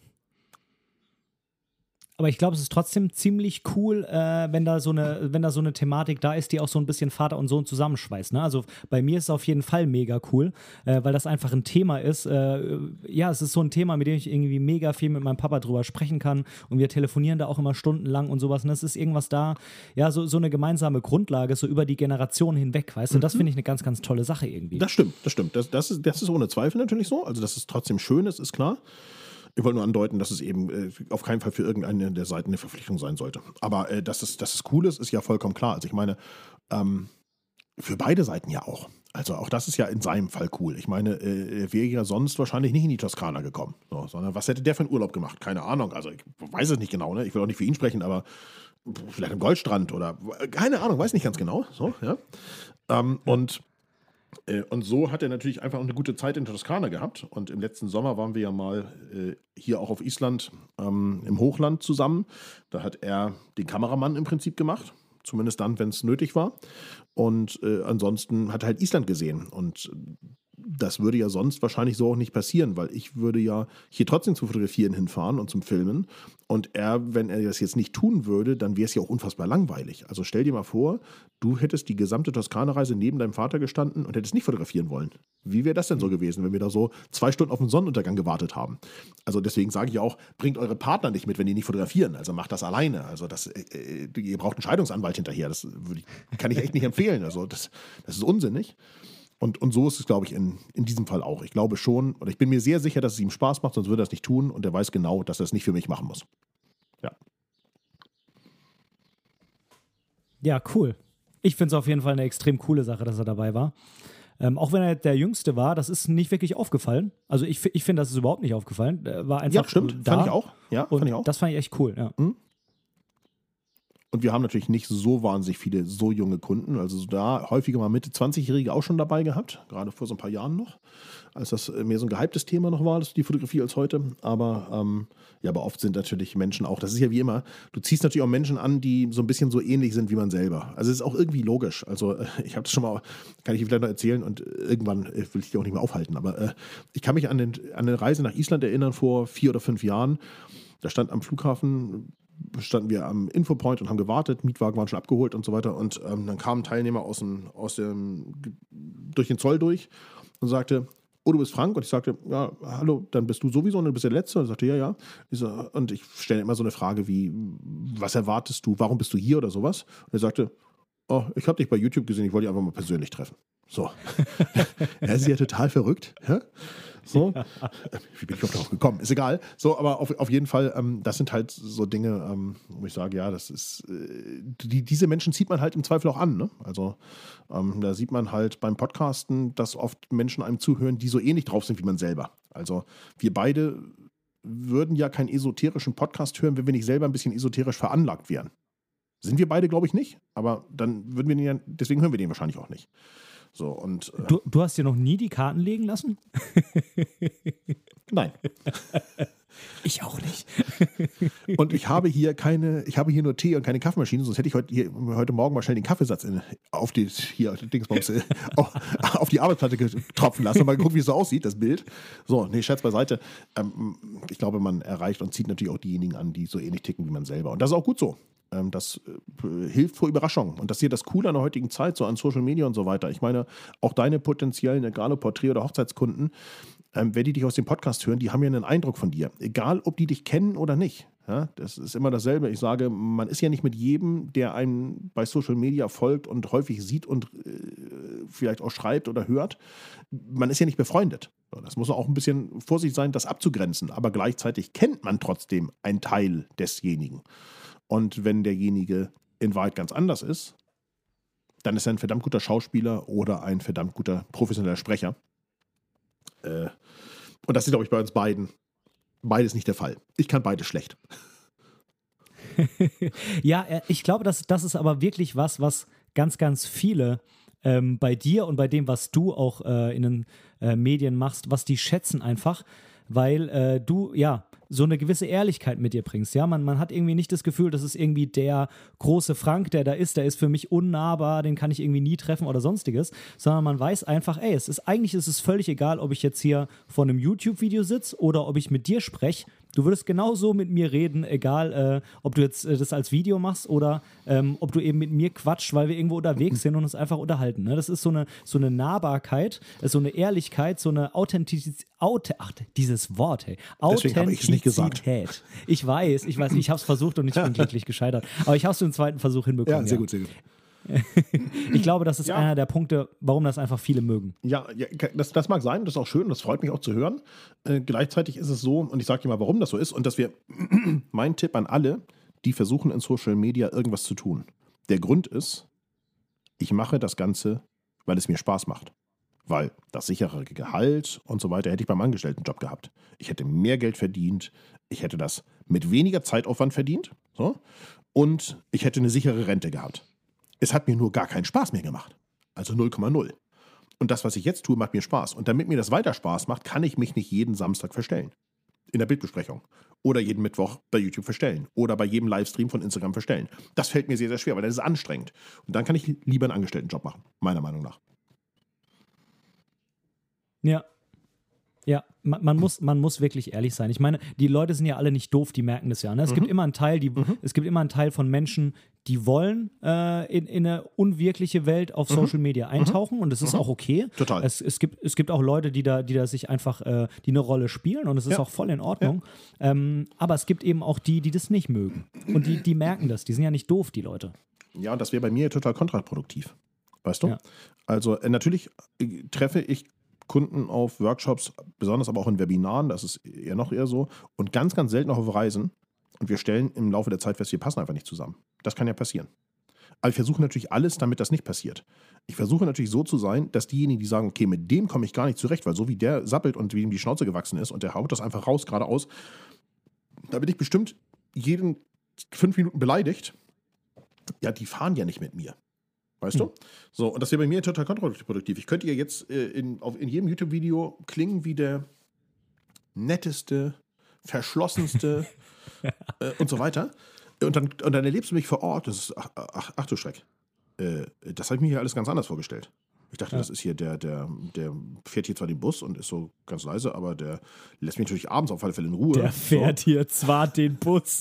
Aber ich glaube, es ist trotzdem ziemlich cool, äh, wenn da so eine, wenn da so eine Thematik da ist, die auch so ein bisschen Vater und Sohn zusammenschweißt. Ne? Also bei mir ist es auf jeden Fall mega cool, äh, weil das einfach ein Thema ist. Äh, ja, es ist so ein Thema, mit dem ich irgendwie mega viel mit meinem Papa drüber sprechen kann. Und wir telefonieren da auch immer stundenlang und sowas. Und es ist irgendwas da, ja, so, so eine gemeinsame Grundlage, so über die Generationen hinweg, weißt du? Das finde ich eine ganz, ganz tolle Sache irgendwie. Das stimmt, das stimmt. Das, das, ist, das ist ohne Zweifel natürlich so. Also, dass es trotzdem schön ist, ist klar. Ich wollte nur andeuten, dass es eben äh, auf keinen Fall für irgendeine der Seiten eine Verpflichtung sein sollte. Aber äh, dass, es, dass es cool ist, ist ja vollkommen klar. Also ich meine, ähm, für beide Seiten ja auch. Also auch das ist ja in seinem Fall cool. Ich meine, äh, er wäre ja sonst wahrscheinlich nicht in die Toskana gekommen. So, sondern was hätte der für einen Urlaub gemacht? Keine Ahnung. Also ich weiß es nicht genau. Ne? Ich will auch nicht für ihn sprechen, aber vielleicht am Goldstrand oder keine Ahnung, weiß nicht ganz genau. So, ja. Ähm, und Und so hat er natürlich einfach eine gute Zeit in der Toskana gehabt. Und im letzten Sommer waren wir ja mal äh, hier auch auf Island ähm, im Hochland zusammen. Da hat er den Kameramann im Prinzip gemacht. Zumindest dann, wenn es nötig war. Und äh, ansonsten hat er halt Island gesehen. Und das würde ja sonst wahrscheinlich so auch nicht passieren, weil ich würde ja hier trotzdem zum Fotografieren hinfahren und zum Filmen. Und er, wenn er das jetzt nicht tun würde, dann wäre es ja auch unfassbar langweilig. Also stell dir mal vor, du hättest die gesamte Toskana-Reise neben deinem Vater gestanden und hättest nicht fotografieren wollen. Wie wäre das denn so gewesen, wenn wir da so zwei Stunden auf den Sonnenuntergang gewartet haben? Also deswegen sage ich auch, bringt eure Partner nicht mit, wenn die nicht fotografieren. Also macht das alleine. Also das, äh, ihr braucht einen Scheidungsanwalt hinterher. Das würde ich, kann ich echt nicht empfehlen. Also das, das ist unsinnig. Und, und so ist es, glaube ich, in, in diesem Fall auch. Ich glaube schon, oder ich bin mir sehr sicher, dass es ihm Spaß macht, sonst würde er es nicht tun. Und er weiß genau, dass er es nicht für mich machen muss. Ja. Ja, cool. Ich finde es auf jeden Fall eine extrem coole Sache, dass er dabei war. Ähm, auch wenn er der Jüngste war, das ist nicht wirklich aufgefallen. Also ich, ich finde, das ist überhaupt nicht aufgefallen. Er war einfach ja, stimmt. Da. Fand ich auch. Ja, und fand ich auch. Das fand ich echt cool, ja. Mhm. Und wir haben natürlich nicht so wahnsinnig viele so junge Kunden. Also da häufiger mal Mitte zwanzigjährige auch schon dabei gehabt. Gerade vor so ein paar Jahren noch. Als das mehr so ein gehyptes Thema noch war, das die Fotografie als heute. Aber ähm, ja, aber oft sind natürlich Menschen auch, das ist ja wie immer, du ziehst natürlich auch Menschen an, die so ein bisschen so ähnlich sind wie man selber. Also es ist auch irgendwie logisch. Also ich habe das schon mal, kann ich vielleicht noch erzählen und irgendwann will ich die auch nicht mehr aufhalten. Aber äh, ich kann mich an, den, an eine Reise nach Island erinnern vor vier oder fünf Jahren. Da stand am Flughafen, standen wir am Infopoint und haben gewartet, Mietwagen waren schon abgeholt und so weiter. Und ähm, dann kam ein Teilnehmer aus dem, aus dem, durch den Zoll durch und sagte, oh, du bist Frank? Und ich sagte, ja, hallo, dann bist du sowieso und du bist der Letzte. Und er sagte, ja, ja. Ich so, und ich stelle immer so eine Frage wie, was erwartest du, warum bist du hier oder sowas? Und er sagte, oh, ich habe dich bei YouTube gesehen, ich wollte dich einfach mal persönlich treffen. So. Er ist ja total verrückt. Ja? So. Ja. Wie bin ich auch darauf gekommen? Ist egal. So, aber auf, auf jeden Fall, ähm, das sind halt so Dinge, ähm, wo ich sage, ja, das ist, äh, die, diese Menschen zieht man halt im Zweifel auch an. Ne? Also ähm, da sieht man halt beim Podcasten, dass oft Menschen einem zuhören, die so ähnlich drauf sind wie man selber. Also wir beide würden ja keinen esoterischen Podcast hören, wenn wir nicht selber ein bisschen esoterisch veranlagt wären. Sind wir beide, glaube ich, nicht, aber dann würden wir den ja, deswegen hören wir den wahrscheinlich auch nicht. So, und, äh, du, du hast dir noch nie die Karten legen lassen? Nein. Ich auch nicht. Und ich habe hier keine, ich habe hier nur Tee und keine Kaffeemaschine, sonst hätte ich heute, hier, heute Morgen mal schnell den Kaffeesatz in, auf die, hier, Dingsbums, auf, auf die Arbeitsplatte getropfen lassen und mal gucken, wie es so aussieht, das Bild. So, nee, Scherz beiseite. Ähm, ich glaube, man erreicht und zieht natürlich auch diejenigen an, die so ähnlich ticken wie man selber. Und das ist auch gut so. Das äh, hilft vor Überraschungen. Und das ist ja das Coole an der heutigen Zeit, so an Social Media und so weiter. Ich meine, auch deine potenziellen, egal ob Porträt- oder Hochzeitskunden, ähm, wenn die dich aus dem Podcast hören, die haben ja einen Eindruck von dir. Egal, ob die dich kennen oder nicht. Ja, das ist immer dasselbe. Ich sage, man ist ja nicht mit jedem, der einem bei Social Media folgt und häufig sieht und äh, vielleicht auch schreibt oder hört, man ist ja nicht befreundet. Das muss auch ein bisschen vorsichtig sein, das abzugrenzen. Aber gleichzeitig kennt man trotzdem einen Teil desjenigen. Und wenn derjenige in Wahrheit ganz anders ist, dann ist er ein verdammt guter Schauspieler oder ein verdammt guter professioneller Sprecher. Äh, und das ist, glaube ich, bei uns beiden beides nicht der Fall. Ich kann beides schlecht. Ja, ich glaube, das, das ist aber wirklich was, was ganz, ganz viele ähm, bei dir und bei dem, was du auch äh, in den äh, Medien machst, was die schätzen einfach, weil äh, du, ja, so eine gewisse Ehrlichkeit mit dir bringst, ja, man, man hat irgendwie nicht das Gefühl, das ist irgendwie der große Frank, der da ist, der ist für mich unnahbar, den kann ich irgendwie nie treffen oder sonstiges, sondern man weiß einfach, ey, es ist, eigentlich ist es völlig egal, ob ich jetzt hier vor einem YouTube-Video sitze oder ob ich mit dir spreche, du würdest genauso mit mir reden, egal, äh, ob du jetzt äh, das als Video machst oder ähm, ob du eben mit mir quatschst, weil wir irgendwo unterwegs sind und uns einfach unterhalten, ne? Das ist so eine, so eine Nahbarkeit, so eine Ehrlichkeit, so eine Authentizität, Auth- ach, dieses Wort, hey, Deswegen habe ich es nicht gesagt. Ich weiß, ich weiß, ich habe es versucht und ich bin glücklich gescheitert. Aber ich habe es im zweiten Versuch hinbekommen. Ja, sehr ja. gut, sehr gut. Ich glaube, das ist Ja. einer der Punkte, warum das einfach viele mögen. Ja, ja das, das mag sein, das ist auch schön, das freut mich auch zu hören. Äh, gleichzeitig ist es so, und ich sage dir mal, warum das so ist, und dass wir, mein Tipp an alle, die versuchen in Social Media irgendwas zu tun. Der Grund ist, ich mache das Ganze, weil es mir Spaß macht. Weil das sichere Gehalt und so weiter hätte ich beim Angestelltenjob gehabt. Ich hätte mehr Geld verdient, ich hätte das mit weniger Zeitaufwand verdient, so, und ich hätte eine sichere Rente gehabt. Es hat mir nur gar keinen Spaß mehr gemacht. Also null Komma null. Und das, was ich jetzt tue, macht mir Spaß. Und damit mir das weiter Spaß macht, kann ich mich nicht jeden Samstag verstellen. In der Bildbesprechung. Oder jeden Mittwoch bei YouTube verstellen. Oder bei jedem Livestream von Instagram verstellen. Das fällt mir sehr, sehr schwer, weil das ist anstrengend. Und dann kann ich lieber einen Angestelltenjob machen. Meiner Meinung nach. Ja. Ja, man, man, muss, man muss wirklich ehrlich sein. Ich meine, die Leute sind ja alle nicht doof, die merken das ja. Ne? Es, mhm. gibt immer einen Teil, die, mhm. es gibt immer einen Teil von Menschen, die wollen äh, in, in eine unwirkliche Welt auf Social Media eintauchen, und das ist mhm. auch okay. Total. Es, es, gibt, es gibt auch Leute, die da, die da sich einfach äh, die eine Rolle spielen, und es ist ja. auch voll in Ordnung. Ja. Ähm, aber es gibt eben auch die, die das nicht mögen. Und die, die merken das. Die sind ja nicht doof, die Leute. Ja, und das wäre bei mir total kontraproduktiv. Weißt du? Ja. Also äh, natürlich äh, treffe ich Kunden auf Workshops, besonders aber auch in Webinaren, das ist eher noch eher so, und ganz, ganz selten auch auf Reisen. Und wir stellen im Laufe der Zeit fest, wir passen einfach nicht zusammen. Das kann ja passieren. Aber ich versuche natürlich alles, damit das nicht passiert. Ich versuche natürlich so zu sein, dass diejenigen, die sagen, okay, mit dem komme ich gar nicht zurecht, weil so wie der sappelt und wie ihm die Schnauze gewachsen ist und der haut das einfach raus, geradeaus, da bin ich bestimmt jeden fünf Minuten beleidigt. Ja, die fahren ja nicht mit mir. Weißt hm. du? So, und das wäre bei mir total kontraproduktiv. Ich könnte ja jetzt äh, in, auf, in jedem YouTube-Video klingen wie der netteste, verschlossenste äh, und so weiter. Und dann, und dann erlebst du mich vor Ort. Das ist, ach, ach, ach du Schreck. Äh, das habe ich mir hier alles ganz anders vorgestellt. Ich dachte, ja. das ist hier der, der, der fährt hier zwar den Bus und ist so ganz leise, aber der lässt mich natürlich abends auf alle Fälle in Ruhe. Der fährt so. hier zwar den Bus.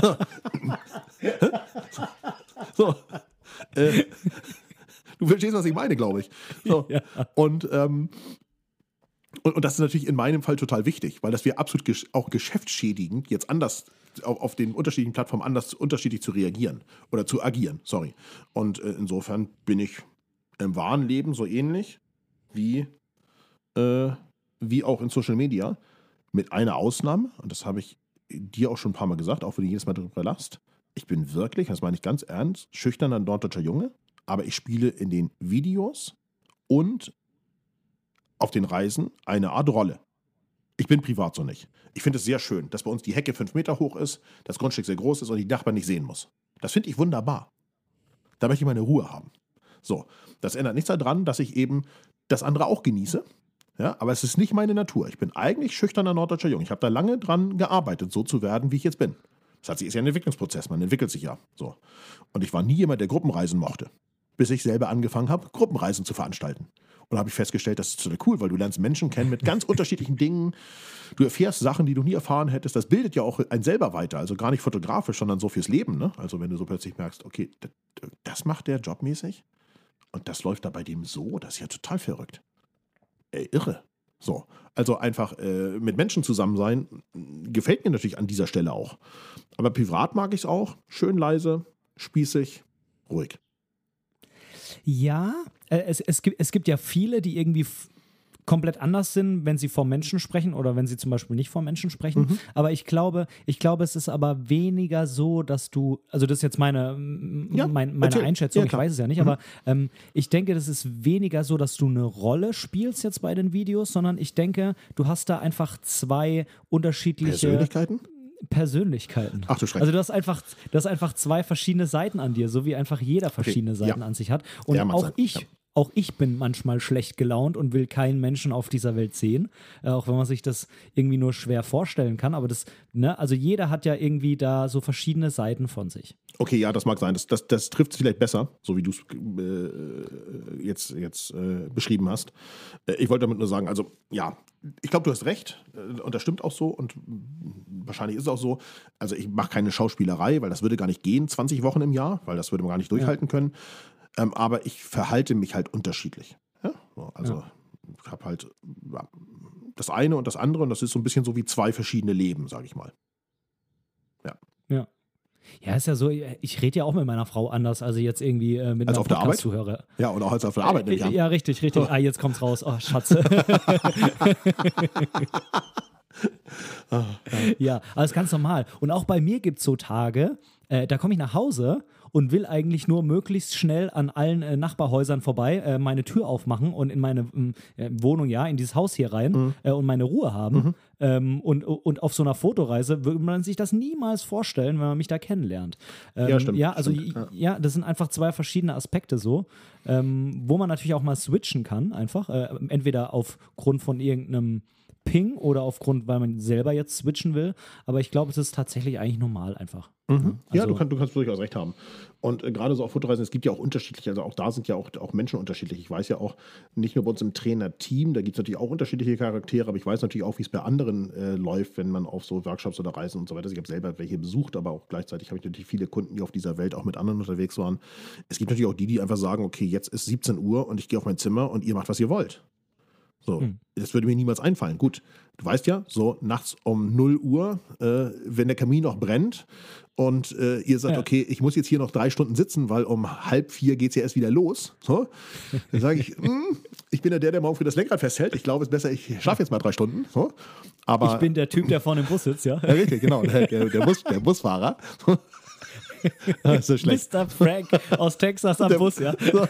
so. Äh, du verstehst, was ich meine, glaube ich. So. Ja. Und, ähm, und, und das ist natürlich in meinem Fall total wichtig, weil das wäre absolut gesch- auch geschäftsschädigend, jetzt anders auf, auf den unterschiedlichen Plattformen anders unterschiedlich zu reagieren oder zu agieren, sorry. Und äh, insofern bin ich im wahren Leben so ähnlich wie, äh, wie auch in Social Media, mit einer Ausnahme, und das habe ich dir auch schon ein paar Mal gesagt, auch wenn du jedes Mal darüber lachst. Ich bin wirklich, das meine ich ganz ernst, schüchterner norddeutscher Junge, aber ich spiele in den Videos und auf den Reisen eine Art Rolle. Ich bin privat so nicht. Ich finde es sehr schön, dass bei uns die Hecke fünf Meter hoch ist, das Grundstück sehr groß ist und die Nachbarn nicht sehen muss. Das finde ich wunderbar. Da möchte ich meine Ruhe haben. So, das ändert nichts daran, dass ich eben das andere auch genieße. Ja, aber es ist nicht meine Natur. Ich bin eigentlich schüchterner norddeutscher Junge. Ich habe da lange dran gearbeitet, so zu werden, wie ich jetzt bin. Das heißt, es ist ja ein Entwicklungsprozess, man entwickelt sich ja. So. Und ich war nie jemand, der Gruppenreisen mochte. Bis ich selber angefangen habe, Gruppenreisen zu veranstalten. Und da habe ich festgestellt, das ist total cool, weil du lernst Menschen kennen mit ganz unterschiedlichen Dingen. Du erfährst Sachen, die du nie erfahren hättest. Das bildet ja auch einen selber weiter. Also gar nicht fotografisch, sondern so fürs Leben. Ne? Also wenn du so plötzlich merkst, okay, das, das macht der jobmäßig und das läuft da bei dem so, das ist ja total verrückt. Ey, irre. So, also einfach äh, mit Menschen zusammen sein, gefällt mir natürlich an dieser Stelle auch. Aber privat mag ich es auch. Schön leise, spießig, ruhig. Ja, äh, es, es, gibt, es gibt ja viele, die irgendwie f- komplett anders sind, wenn sie vor Menschen sprechen oder wenn sie zum Beispiel nicht vor Menschen sprechen. Mhm. Aber ich glaube, ich glaube, es ist aber weniger so, dass du, also das ist jetzt meine, ja, mein, meine Einschätzung, ja, ich weiß es ja nicht, mhm. aber ähm, ich denke, das ist weniger so, dass du eine Rolle spielst jetzt bei den Videos, sondern ich denke, du hast da einfach zwei unterschiedliche Persönlichkeiten? Persönlichkeiten. Ach du Schreck. Also du hast einfach, du hast einfach zwei verschiedene Seiten an dir, so wie einfach jeder verschiedene okay. Seiten ja. an sich hat. Und ja, auch sein. ich, ja. auch ich bin manchmal schlecht gelaunt und will keinen Menschen auf dieser Welt sehen, äh, auch wenn man sich das irgendwie nur schwer vorstellen kann. Aber das, ne, also jeder hat ja irgendwie da so verschiedene Seiten von sich. Okay, ja, das mag sein. Das, das, das trifft es vielleicht besser, so wie du es äh, jetzt, jetzt äh, beschrieben hast. Äh, ich wollte damit nur sagen, also ja, ich glaube, du hast recht äh, und das stimmt auch so und wahrscheinlich ist es auch so. Also ich mache keine Schauspielerei, weil das würde gar nicht gehen, zwanzig Wochen im Jahr, weil das würde man gar nicht durchhalten ja. können. Ähm, aber ich verhalte mich halt unterschiedlich. Ja? So, also ja. ich habe halt ja, das eine und das andere und das ist so ein bisschen so wie zwei verschiedene Leben, sage ich mal. Ja. Ja. Ja, ist ja so, ich rede ja auch mit meiner Frau anders, also jetzt irgendwie äh, mit als einer auf der Arbeit? Zuhörer. Ja, und auch als auf der Arbeit. Äh, ja, richtig, richtig. Ah, jetzt kommt's raus. Oh, Schatze. Ja, aber das ist ganz normal. Und auch bei mir gibt es so Tage, äh, da komme ich nach Hause und will eigentlich nur möglichst schnell an allen äh, Nachbarhäusern vorbei äh, meine Tür aufmachen und in meine äh, Wohnung, ja, in dieses Haus hier rein mhm. äh, und meine Ruhe haben. Mhm. Ähm, und, und auf so einer Fotoreise würde man sich das niemals vorstellen, wenn man mich da kennenlernt. Ähm, ja, stimmt. Ja, also stimmt, ja. ja, das sind einfach zwei verschiedene Aspekte so, ähm, wo man natürlich auch mal switchen kann, einfach. Äh, entweder aufgrund von irgendeinem Ping oder aufgrund, weil man selber jetzt switchen will. Aber ich glaube, es ist tatsächlich eigentlich normal einfach. Mhm. Also, ja, du, kann, du kannst durchaus recht haben. Und äh, gerade so auf Fotoreisen, es gibt ja auch unterschiedliche, also auch da sind ja auch, auch Menschen unterschiedlich. Ich weiß ja auch, nicht nur bei uns im Trainerteam, da gibt es natürlich auch unterschiedliche Charaktere, aber ich weiß natürlich auch, wie es bei anderen äh, läuft, wenn man auf so Workshops oder Reisen und so weiter ist. Ich habe selber welche besucht, aber auch gleichzeitig habe ich natürlich viele Kunden, die auf dieser Welt auch mit anderen unterwegs waren. Es gibt natürlich auch die, die einfach sagen, okay, jetzt ist siebzehn Uhr und ich gehe auf mein Zimmer und ihr macht, was ihr wollt. So, hm. Das würde mir niemals einfallen. Gut, du weißt ja, so nachts um null Uhr, äh, wenn der Kamin noch brennt und äh, ihr sagt, ja. okay, ich muss jetzt hier noch drei Stunden sitzen, weil um halb vier geht es ja erst wieder los. So, dann sage ich, ich bin ja der, der morgen für das Lenkrad festhält. Ich glaube, es ist besser, ich schaffe jetzt mal drei Stunden. So, aber ich bin der Typ, der vorne im Bus sitzt, ja. Ja, richtig, genau, der, der, der, Bus, der Busfahrer. Das ist so schlecht. Mister Frank aus Texas am der, Bus, ja. So.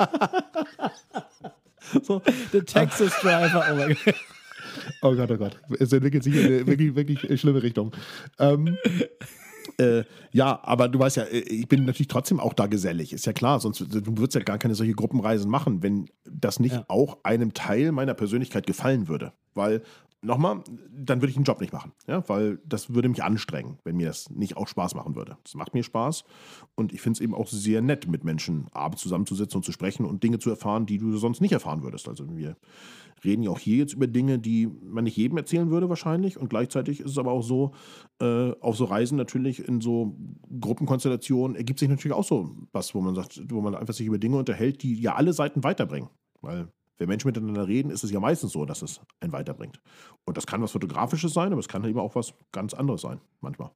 So, der Texas Driver, oh mein Gott. Oh Gott, oh Gott. Es entwickelt sich in eine wirklich, wirklich schlimme Richtung. Ähm, äh, ja, aber du weißt ja, ich bin natürlich trotzdem auch da gesellig. Ist ja klar, sonst du würdest ja gar keine solche Gruppenreisen machen, wenn das nicht ja. auch einem Teil meiner Persönlichkeit gefallen würde. Weil, nochmal, dann würde ich den Job nicht machen. Ja? Weil das würde mich anstrengen, wenn mir das nicht auch Spaß machen würde. Das macht mir Spaß und ich finde es eben auch sehr nett, mit Menschen abends zusammenzusitzen und zu sprechen und Dinge zu erfahren, die du sonst nicht erfahren würdest. Also wir reden ja auch hier jetzt über Dinge, die man nicht jedem erzählen würde wahrscheinlich und gleichzeitig ist es aber auch so, äh, auf so Reisen natürlich in so Gruppenkonstellationen ergibt sich natürlich auch so was, wo man sagt, wo man einfach sich über Dinge unterhält, die ja alle Seiten weiterbringen. Weil wenn Menschen miteinander reden, ist es ja meistens so, dass es einen weiterbringt. Und das kann was Fotografisches sein, aber es kann eben auch was ganz anderes sein, manchmal.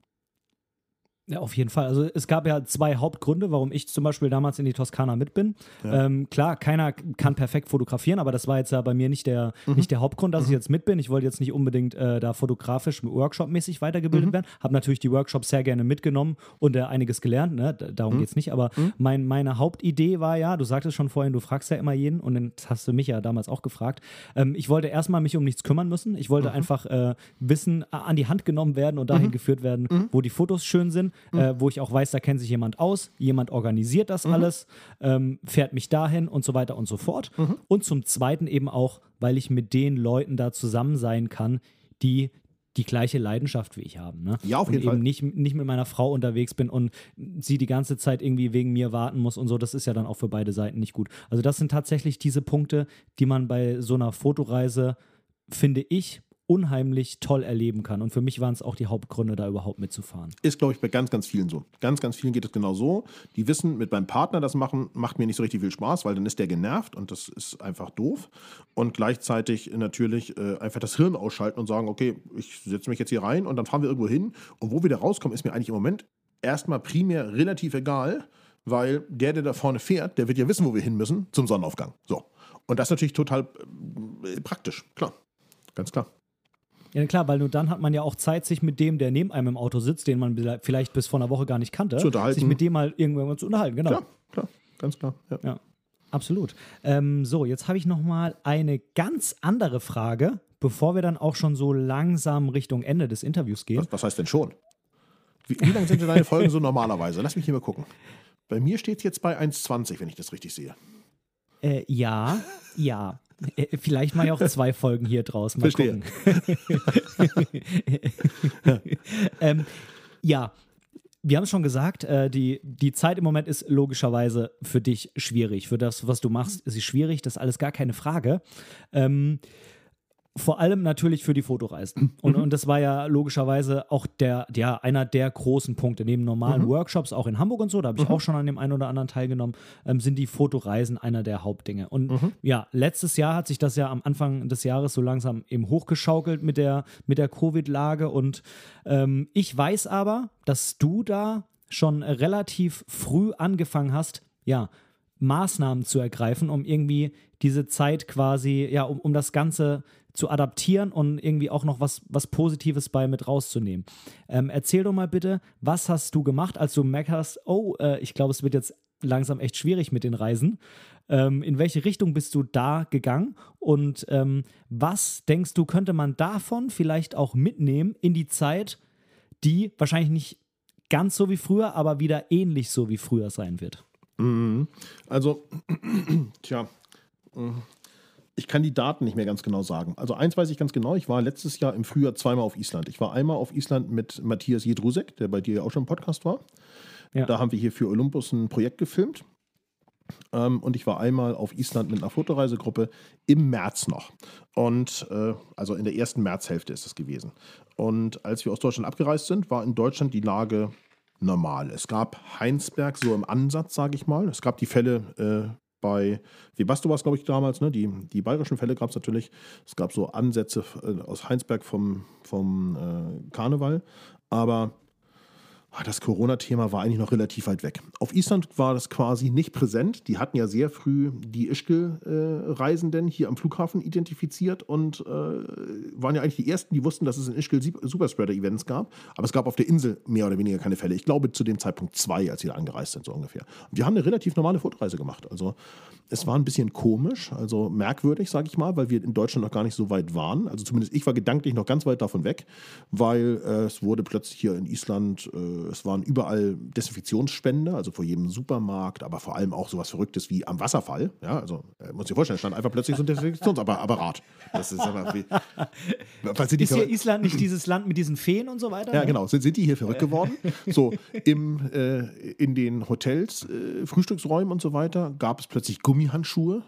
Ja, auf jeden Fall. Also es gab ja zwei Hauptgründe, warum ich zum Beispiel damals in die Toskana mit bin. Ja. Ähm, klar, keiner kann perfekt fotografieren, aber das war jetzt ja bei mir nicht der, mhm. nicht der Hauptgrund, dass mhm. ich jetzt mit bin. Ich wollte jetzt nicht unbedingt äh, da fotografisch, workshopmäßig weitergebildet mhm. werden. Habe natürlich die Workshops sehr gerne mitgenommen und äh, einiges gelernt. Ne? Darum mhm. geht es nicht. Aber mhm. mein, meine Hauptidee war ja, du sagtest schon vorhin, du fragst ja immer jeden und dann hast du mich ja damals auch gefragt. Ähm, ich wollte erstmal mich um nichts kümmern müssen. Ich wollte mhm. einfach äh, Wissen an die Hand genommen werden und dahin mhm. geführt werden, mhm. wo die Fotos schön sind. Mhm. Äh, wo ich auch weiß, da kennt sich jemand aus, jemand organisiert das mhm. alles, ähm, fährt mich dahin und so weiter und so fort. Mhm. Und zum Zweiten eben auch, weil ich mit den Leuten da zusammen sein kann, die die gleiche Leidenschaft wie ich haben. Ne? Ja, auf jeden und eben Fall. Nicht, nicht mit meiner Frau unterwegs bin und sie die ganze Zeit irgendwie wegen mir warten muss und so, das ist ja dann auch für beide Seiten nicht gut. Also das sind tatsächlich diese Punkte, die man bei so einer Fotoreise, finde ich, unheimlich toll erleben kann. Und für mich waren es auch die Hauptgründe, da überhaupt mitzufahren. Ist, glaube ich, bei ganz, ganz vielen so. Ganz, ganz vielen geht es genau so. Die wissen, mit meinem Partner das machen, macht mir nicht so richtig viel Spaß, weil dann ist der genervt und das ist einfach doof. Und gleichzeitig natürlich äh, einfach das Hirn ausschalten und sagen, okay, ich setze mich jetzt hier rein und dann fahren wir irgendwo hin. Und wo wir da rauskommen, ist mir eigentlich im Moment erstmal primär relativ egal, weil der, der da vorne fährt, der wird ja wissen, wo wir hin müssen, zum Sonnenaufgang. So. Und das ist natürlich total äh, praktisch, klar. Ganz klar. Ja, klar, weil nur dann hat man ja auch Zeit, sich mit dem, der neben einem im Auto sitzt, den man vielleicht bis vor einer Woche gar nicht kannte, zu unterhalten. Sich mit dem mal irgendwann zu unterhalten. Genau. Klar, klar, ganz klar. Ja, ja absolut. Ähm, so, jetzt habe ich noch mal eine ganz andere Frage, bevor wir dann auch schon so langsam Richtung Ende des Interviews gehen. Was, was heißt denn schon? Wie, wie lang sind denn deine Folgen so normalerweise? Lass mich hier mal gucken. Bei mir steht es jetzt bei eins zwanzig, wenn ich das richtig sehe. Äh, ja, ja. Äh, Vielleicht mal ja auch zwei Folgen hier draus. Mal Verstehe. gucken. ähm, ja, wir haben es schon gesagt, äh, die, die Zeit im Moment ist logischerweise für dich schwierig. Für das, was du machst, ist sie schwierig. Das ist alles gar keine Frage. Ähm, Vor allem natürlich für die Fotoreisen. Und, Mhm. und das war ja logischerweise auch der, ja, einer der großen Punkte. Neben normalen Mhm. Workshops, auch in Hamburg und so, da habe ich Mhm. auch schon an dem einen oder anderen teilgenommen, ähm, sind die Fotoreisen einer der Hauptdinge. Und Mhm. ja, letztes Jahr hat sich das ja am Anfang des Jahres so langsam eben hochgeschaukelt mit der, mit der Covid-Lage. Und ähm, ich weiß aber, dass du da schon relativ früh angefangen hast, ja, Maßnahmen zu ergreifen, um irgendwie diese Zeit quasi, ja, um, um das Ganze zu adaptieren und irgendwie auch noch was, was Positives bei mit rauszunehmen. Ähm, erzähl doch mal bitte, was hast du gemacht, als du gemerkt hast, oh, äh, ich glaube, es wird jetzt langsam echt schwierig mit den Reisen. Ähm, in welche Richtung bist du da gegangen und ähm, was denkst du, könnte man davon vielleicht auch mitnehmen in die Zeit, die wahrscheinlich nicht ganz so wie früher, aber wieder ähnlich so wie früher sein wird? Mhm. Also, tja, ich kann die Daten nicht mehr ganz genau sagen. Also eins weiß ich ganz genau, ich war letztes Jahr im Frühjahr zweimal auf Island. Ich war einmal auf Island mit Matthias Jedrusek, der bei dir ja auch schon im Podcast war. Ja. Da haben wir hier für Olympus ein Projekt gefilmt. Ähm, und ich war einmal auf Island mit einer Fotoreisegruppe im März noch. Und äh, also in der ersten Märzhälfte ist es gewesen. Und als wir aus Deutschland abgereist sind, war in Deutschland die Lage normal. Es gab Heinsberg so im Ansatz, sage ich mal. Es gab die Fälle äh, bei Webasto war es, glaube ich, damals, ne? Die, die bayerischen Fälle gab es natürlich. Es gab so Ansätze äh, aus Heinsberg vom, vom äh, Karneval. Aber das Corona-Thema war eigentlich noch relativ weit weg. Auf Island war das quasi nicht präsent. Die hatten ja sehr früh die Ischgl-Reisenden äh, hier am Flughafen identifiziert und äh, waren ja eigentlich die Ersten, die wussten, dass es in Ischgl Superspreader-Events gab. Aber es gab auf der Insel mehr oder weniger keine Fälle. Ich glaube zu dem Zeitpunkt zwei, als sie da angereist sind, so ungefähr. Und wir haben eine relativ normale Fotoreise gemacht. Also es war ein bisschen komisch, also merkwürdig, sage ich mal, weil wir in Deutschland noch gar nicht so weit waren. Also zumindest ich war gedanklich noch ganz weit davon weg, weil äh, es wurde plötzlich hier in Island, äh, es waren überall Desinfektionsspender, also vor jedem Supermarkt, aber vor allem auch sowas Verrücktes wie am Wasserfall. Ja, also äh, muss ich dir vorstellen, stand einfach plötzlich so ein Desinfektionsapparat. Das ist aber wie, was sind die Ist hier verrückt- Island nicht dieses Land mit diesen Feen und so weiter? Ja, genau. Sind, sind die hier verrückt geworden? So, im, äh, in den Hotels, äh, Frühstücksräumen und so weiter gab es plötzlich Gummihandschuhe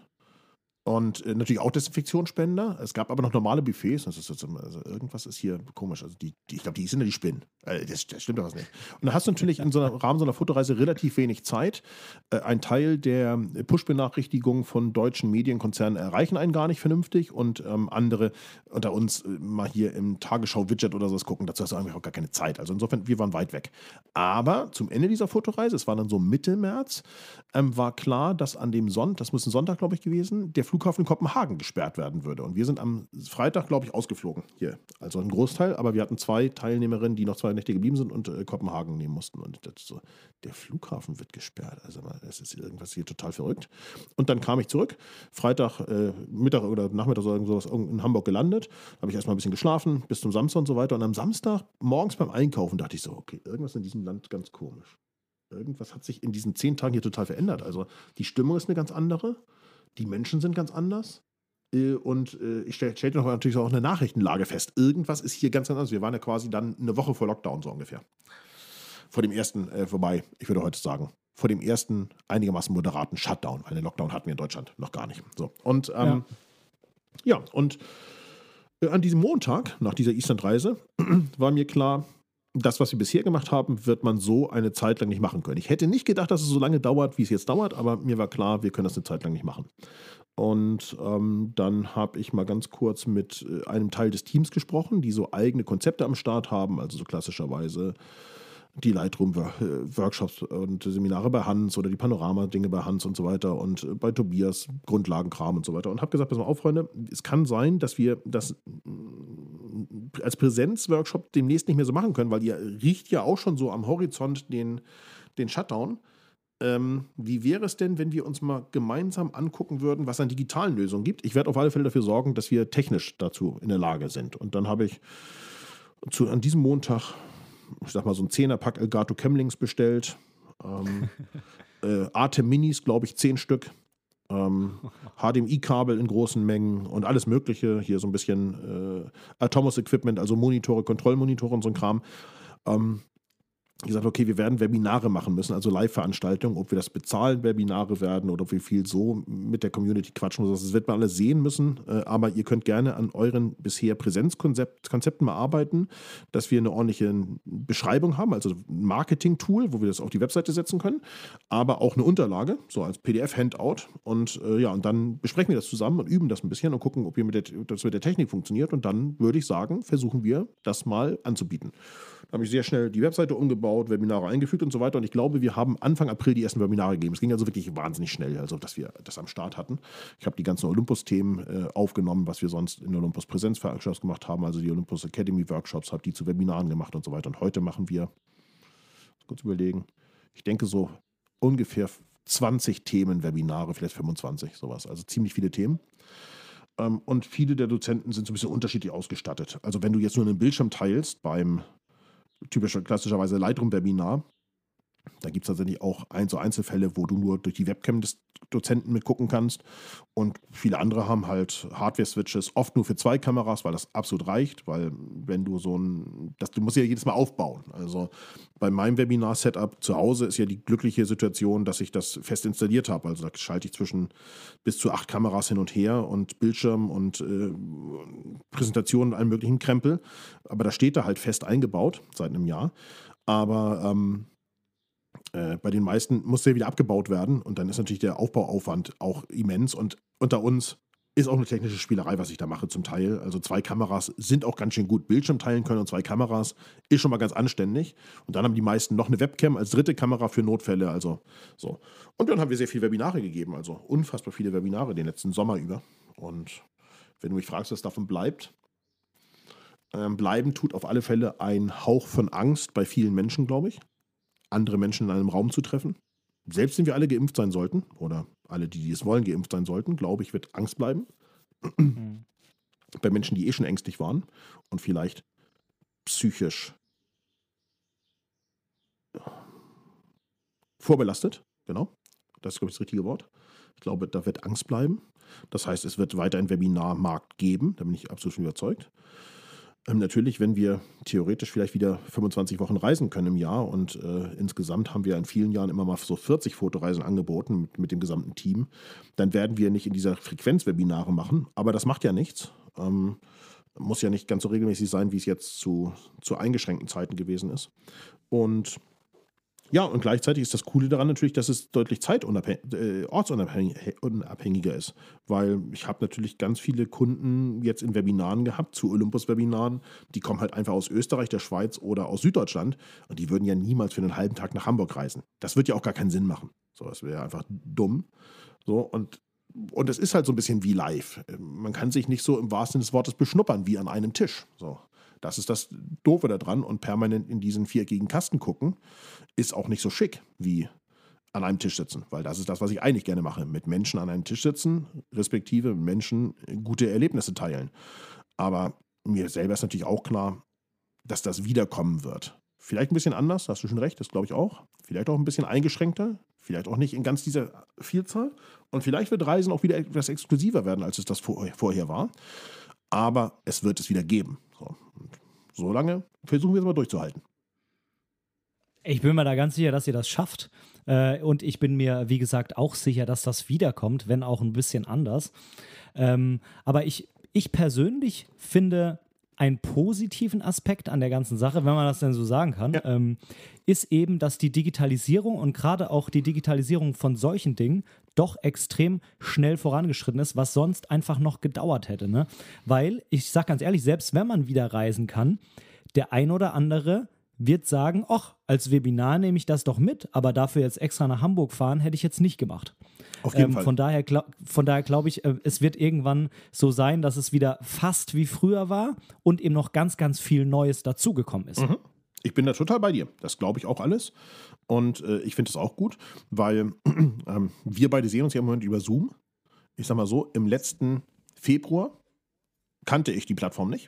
und äh, natürlich auch Desinfektionsspender. Es gab aber noch normale Buffets. Das ist jetzt immer, also irgendwas ist hier komisch. Also die, die, ich glaube, die sind ja die Spinnen. Äh, das, das stimmt doch was nicht. Und da hast du natürlich in so einem Rahmen so einer Fotoreise relativ wenig Zeit. Äh, ein Teil der Push-Benachrichtigungen von deutschen Medienkonzernen erreichen einen gar nicht vernünftig und ähm, andere unter uns äh, mal hier im Tagesschau-Widget oder sowas gucken. Dazu hast du einfach auch gar keine Zeit. Also insofern, wir waren weit weg. Aber zum Ende dieser Fotoreise, es war dann so Mitte März, ähm, war klar, dass an dem Sonntag, das muss ein Sonntag, glaube ich, gewesen, der Flughafen Kopenhagen gesperrt werden würde. Und wir sind am Freitag, glaube ich, ausgeflogen hier. Also ein Großteil, aber wir hatten zwei Teilnehmerinnen, die noch zwei Nächte geblieben sind und äh, Kopenhagen nehmen mussten. Und das ist so, der Flughafen wird gesperrt. Also das ist irgendwas hier total verrückt. Und dann kam ich zurück, Freitag, äh, Mittag oder Nachmittag oder sowas in Hamburg gelandet. Habe ich erstmal ein bisschen geschlafen, bis zum Samstag und so weiter. Und am Samstag morgens beim Einkaufen dachte ich so, okay, irgendwas in diesem Land ganz komisch. Irgendwas hat sich in diesen zehn Tagen hier total verändert. Also die Stimmung ist eine ganz andere. Die Menschen sind ganz anders. Und ich stellte noch natürlich auch eine Nachrichtenlage fest. Irgendwas ist hier ganz, ganz anders. Wir waren ja quasi dann eine Woche vor Lockdown, so ungefähr. Vor dem ersten, äh, wobei, ich würde heute sagen, vor dem ersten einigermaßen moderaten Shutdown. Weil einen Lockdown hatten wir in Deutschland noch gar nicht. So. Und ähm, ja. ja, und äh, an diesem Montag, nach dieser Island-Reise, war mir klar, das, was wir bisher gemacht haben, wird man so eine Zeit lang nicht machen können. Ich hätte nicht gedacht, dass es so lange dauert, wie es jetzt dauert, aber mir war klar, wir können das eine Zeit lang nicht machen. Und ähm, dann habe ich mal ganz kurz mit äh, einem Teil des Teams gesprochen, die so eigene Konzepte am Start haben, also so klassischerweise die Lightroom-Workshops und Seminare bei Hans oder die Panorama-Dinge bei Hans und so weiter und bei Tobias Grundlagenkram und so weiter. Und habe gesagt, pass mal auf, Freunde, es kann sein, dass wir das als Präsenzworkshop demnächst nicht mehr so machen können, weil ihr riecht ja auch schon so am Horizont den, den Shutdown. Ähm, wie wäre es denn, wenn wir uns mal gemeinsam angucken würden, was es an digitalen Lösungen gibt? Ich werde auf alle Fälle dafür sorgen, dass wir technisch dazu in der Lage sind. Und dann habe ich zu, an diesem Montag, ich sag mal, so ein Zehnerpack Elgato Camlings bestellt. Ähm, äh, Artem Minis, glaube ich, zehn Stück. ähm, H D M I-Kabel in großen Mengen und alles Mögliche. Hier so ein bisschen äh, Atomos-Equipment, also Monitore, Kontrollmonitore und so ein Kram. Ähm, gesagt, okay, wir werden Webinare machen müssen, also Live-Veranstaltungen, ob wir das bezahlen, Webinare werden oder ob wir viel so mit der Community quatschen. Das wird man alles sehen müssen, aber ihr könnt gerne an euren bisher Präsenzkonzepten mal arbeiten, dass wir eine ordentliche Beschreibung haben, also ein Marketing-Tool, wo wir das auf die Webseite setzen können, aber auch eine Unterlage, so als P D F-Handout und äh, ja, und dann besprechen wir das zusammen und üben das ein bisschen und gucken, ob wir mit der, das mit der Technik funktioniert und dann würde ich sagen, versuchen wir das mal anzubieten. Da habe ich sehr schnell die Webseite umgebaut, Webinare eingefügt und so weiter. Und ich glaube, wir haben Anfang April die ersten Webinare gegeben. Es ging also wirklich wahnsinnig schnell, also dass wir das am Start hatten. Ich habe die ganzen Olympus-Themen äh, aufgenommen, was wir sonst in Olympus Präsenz-Workshops gemacht haben, also die Olympus Academy-Workshops, habe die zu Webinaren gemacht und so weiter. Und heute machen wir, kurz überlegen, ich denke so ungefähr zwanzig Themen Webinare, vielleicht fünfundzwanzig, sowas. Also ziemlich viele Themen. Ähm, und viele der Dozenten sind so ein bisschen unterschiedlich ausgestattet. Also wenn du jetzt nur einen Bildschirm teilst beim typischer, klassischerweise Lightroom-Webinar. Da gibt es tatsächlich auch ein, so Einzelfälle, wo du nur durch die Webcam des Dozenten mitgucken kannst. Und viele andere haben halt Hardware-Switches, oft nur für zwei Kameras, weil das absolut reicht, weil wenn du so ein, das, du musst ja jedes Mal aufbauen. Also bei meinem Webinar-Setup zu Hause ist ja die glückliche Situation, dass ich das fest installiert habe. Also da schalte ich zwischen bis zu acht Kameras hin und her und Bildschirm und äh, Präsentationen und allen möglichen Krempel. Aber da steht da halt fest eingebaut seit einem Jahr. Aber ähm, Äh, bei den meisten muss der wieder abgebaut werden und dann ist natürlich der Aufbauaufwand auch immens und unter uns ist auch eine technische Spielerei, was ich da mache zum Teil. Also zwei Kameras sind auch ganz schön gut. Bildschirm teilen können und zwei Kameras ist schon mal ganz anständig. Und dann haben die meisten noch eine Webcam als dritte Kamera für Notfälle. Also so. Und dann haben wir sehr viele Webinare gegeben, also unfassbar viele Webinare den letzten Sommer über. Und wenn du mich fragst, was davon bleibt, ähm, bleiben tut auf alle Fälle ein Hauch von Angst bei vielen Menschen, glaube ich, andere Menschen in einem Raum zu treffen. Selbst wenn wir alle geimpft sein sollten, oder alle, die, die es wollen, geimpft sein sollten, glaube ich, wird Angst bleiben. Mhm. Bei Menschen, die eh schon ängstlich waren und vielleicht psychisch vorbelastet, genau, das ist, glaube ich, das richtige Wort. Ich glaube, da wird Angst bleiben. Das heißt, es wird weiter einen Webinarmarkt geben, da bin ich absolut schon überzeugt. Ähm, natürlich, wenn wir theoretisch vielleicht wieder fünfundzwanzig Wochen reisen können im Jahr und äh, insgesamt haben wir in vielen Jahren immer mal so vierzig Fotoreisen angeboten mit, mit dem gesamten Team, dann werden wir nicht in dieser Frequenz Webinare machen, aber das macht ja nichts. Ähm, muss ja nicht ganz so regelmäßig sein, wie es jetzt zu, zu eingeschränkten Zeiten gewesen ist. Und ja, und gleichzeitig ist das Coole daran natürlich, dass es deutlich zeitunabhängig, äh, ortsunabhängiger ist, weil ich habe natürlich ganz viele Kunden jetzt in Webinaren gehabt, zu Olympus-Webinaren, die kommen halt einfach aus Österreich, der Schweiz oder aus Süddeutschland und die würden ja niemals für einen halben Tag nach Hamburg reisen. Das wird ja auch gar keinen Sinn machen. So, das wäre einfach dumm. So, und und es ist halt so ein bisschen wie live. Man kann sich nicht so im wahrsten Sinne des Wortes beschnuppern wie an einem Tisch. So. Das ist das Doofe daran und permanent in diesen viereckigen Kasten gucken ist auch nicht so schick wie an einem Tisch sitzen, weil das ist das, was ich eigentlich gerne mache. Mit Menschen an einem Tisch sitzen, respektive Menschen gute Erlebnisse teilen. Aber mir selber ist natürlich auch klar, dass das wiederkommen wird. Vielleicht ein bisschen anders, hast du schon recht, das glaube ich auch. Vielleicht auch ein bisschen eingeschränkter, vielleicht auch nicht in ganz dieser Vielzahl. Und vielleicht wird Reisen auch wieder etwas exklusiver werden, als es das vorher war. Aber es wird es wieder geben. So, und so lange versuchen wir es mal durchzuhalten. Ich bin mir da ganz sicher, dass ihr das schafft. Und ich bin mir, wie gesagt, auch sicher, dass das wiederkommt, wenn auch ein bisschen anders. Aber ich, ich persönlich finde einen positiven Aspekt an der ganzen Sache, wenn man das denn so sagen kann, ja. ähm, ist eben, dass die Digitalisierung und gerade auch die Digitalisierung von solchen Dingen doch extrem schnell vorangeschritten ist, was sonst einfach noch gedauert hätte. Ne? Weil, ich sag ganz ehrlich, selbst wenn man wieder reisen kann, der ein oder andere wird sagen, ach, als Webinar nehme ich das doch mit, aber dafür jetzt extra nach Hamburg fahren, hätte ich jetzt nicht gemacht. Auf jeden ähm, Fall. Von daher, von daher glaube ich, äh, es wird irgendwann so sein, dass es wieder fast wie früher war und eben noch ganz, ganz viel Neues dazugekommen ist. Mhm. Ich bin da total bei dir. Das glaube ich auch alles. Und äh, ich finde es auch gut, weil äh, wir beide sehen uns ja im Moment über Zoom. Ich sag mal so, im letzten Februar kannte ich die Plattform nicht.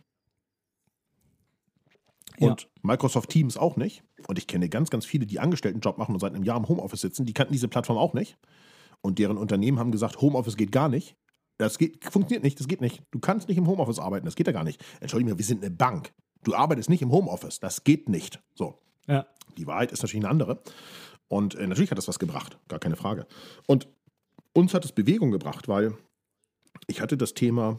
Und ja. Microsoft Teams auch nicht. Und ich kenne ganz, ganz viele, die Angestelltenjob machen und seit einem Jahr im Homeoffice sitzen, die kannten diese Plattform auch nicht. Und deren Unternehmen haben gesagt, Homeoffice geht gar nicht. Das geht, funktioniert nicht, das geht nicht. Du kannst nicht im Homeoffice arbeiten, das geht ja gar nicht. Entschuldigung, wir sind eine Bank. Du arbeitest nicht im Homeoffice, das geht nicht. So. Ja. Die Wahrheit ist natürlich eine andere. Und äh, natürlich hat das was gebracht, gar keine Frage. Und uns hat es Bewegung gebracht, weil ich hatte das Thema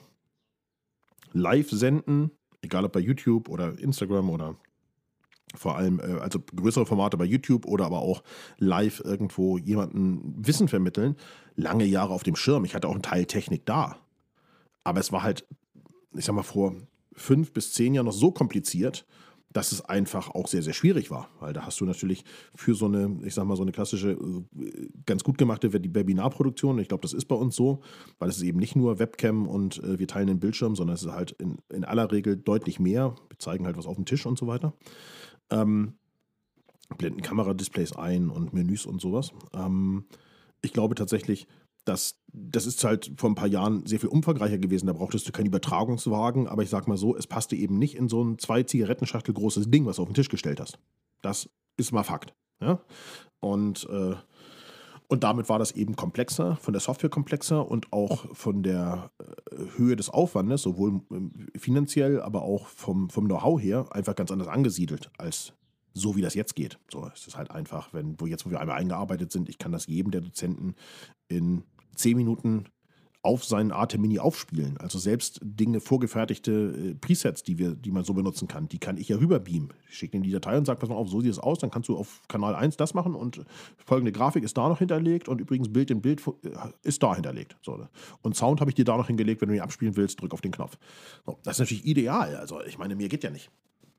Live-Senden, egal ob bei YouTube oder Instagram oder vor allem, äh, also größere Formate bei YouTube oder aber auch live irgendwo jemandem Wissen vermitteln, lange Jahre auf dem Schirm. Ich hatte auch einen Teil Technik da. Aber es war halt, ich sag mal, vor fünf bis zehn Jahren noch so kompliziert, dass es einfach auch sehr, sehr schwierig war. Weil da hast du natürlich für so eine, ich sag mal, so eine klassische, ganz gut gemachte Webinarproduktion, ich glaube, das ist bei uns so, weil es ist eben nicht nur Webcam und äh, wir teilen den Bildschirm, sondern es ist halt in, in aller Regel deutlich mehr. Wir zeigen halt was auf dem Tisch und so weiter. Ähm, blenden Kameradisplays ein und Menüs und sowas. Ähm, ich glaube tatsächlich, dass das ist halt vor ein paar Jahren sehr viel umfangreicher gewesen. Da brauchtest du keinen Übertragungswagen, aber ich sag mal so, es passte eben nicht in so ein zwei Zigarettenschachtel großes Ding, was du auf den Tisch gestellt hast. Das ist mal Fakt. Ja? Und, äh, und damit war das eben komplexer, von der Software komplexer und auch von der äh, Höhe des Aufwandes, sowohl äh, finanziell, aber auch vom, vom Know-how her, einfach ganz anders angesiedelt als so, wie das jetzt geht. So, es ist halt einfach, wenn, wo jetzt, wo wir einmal eingearbeitet sind, ich kann das jedem der Dozenten in zehn Minuten auf seinen A-Termini aufspielen. Also selbst Dinge, vorgefertigte äh, Presets, die, wir, die man so benutzen kann, die kann ich ja rüberbeamen. Ich schicke ihm die Datei und sage, pass mal auf, so sieht es aus, dann kannst du auf Kanal eins das machen und folgende Grafik ist da noch hinterlegt und übrigens Bild in Bild ist da hinterlegt. So, und Sound habe ich dir da noch hingelegt, wenn du ihn abspielen willst, drück auf den Knopf. So, das ist natürlich ideal. Also ich meine, mir geht ja nicht.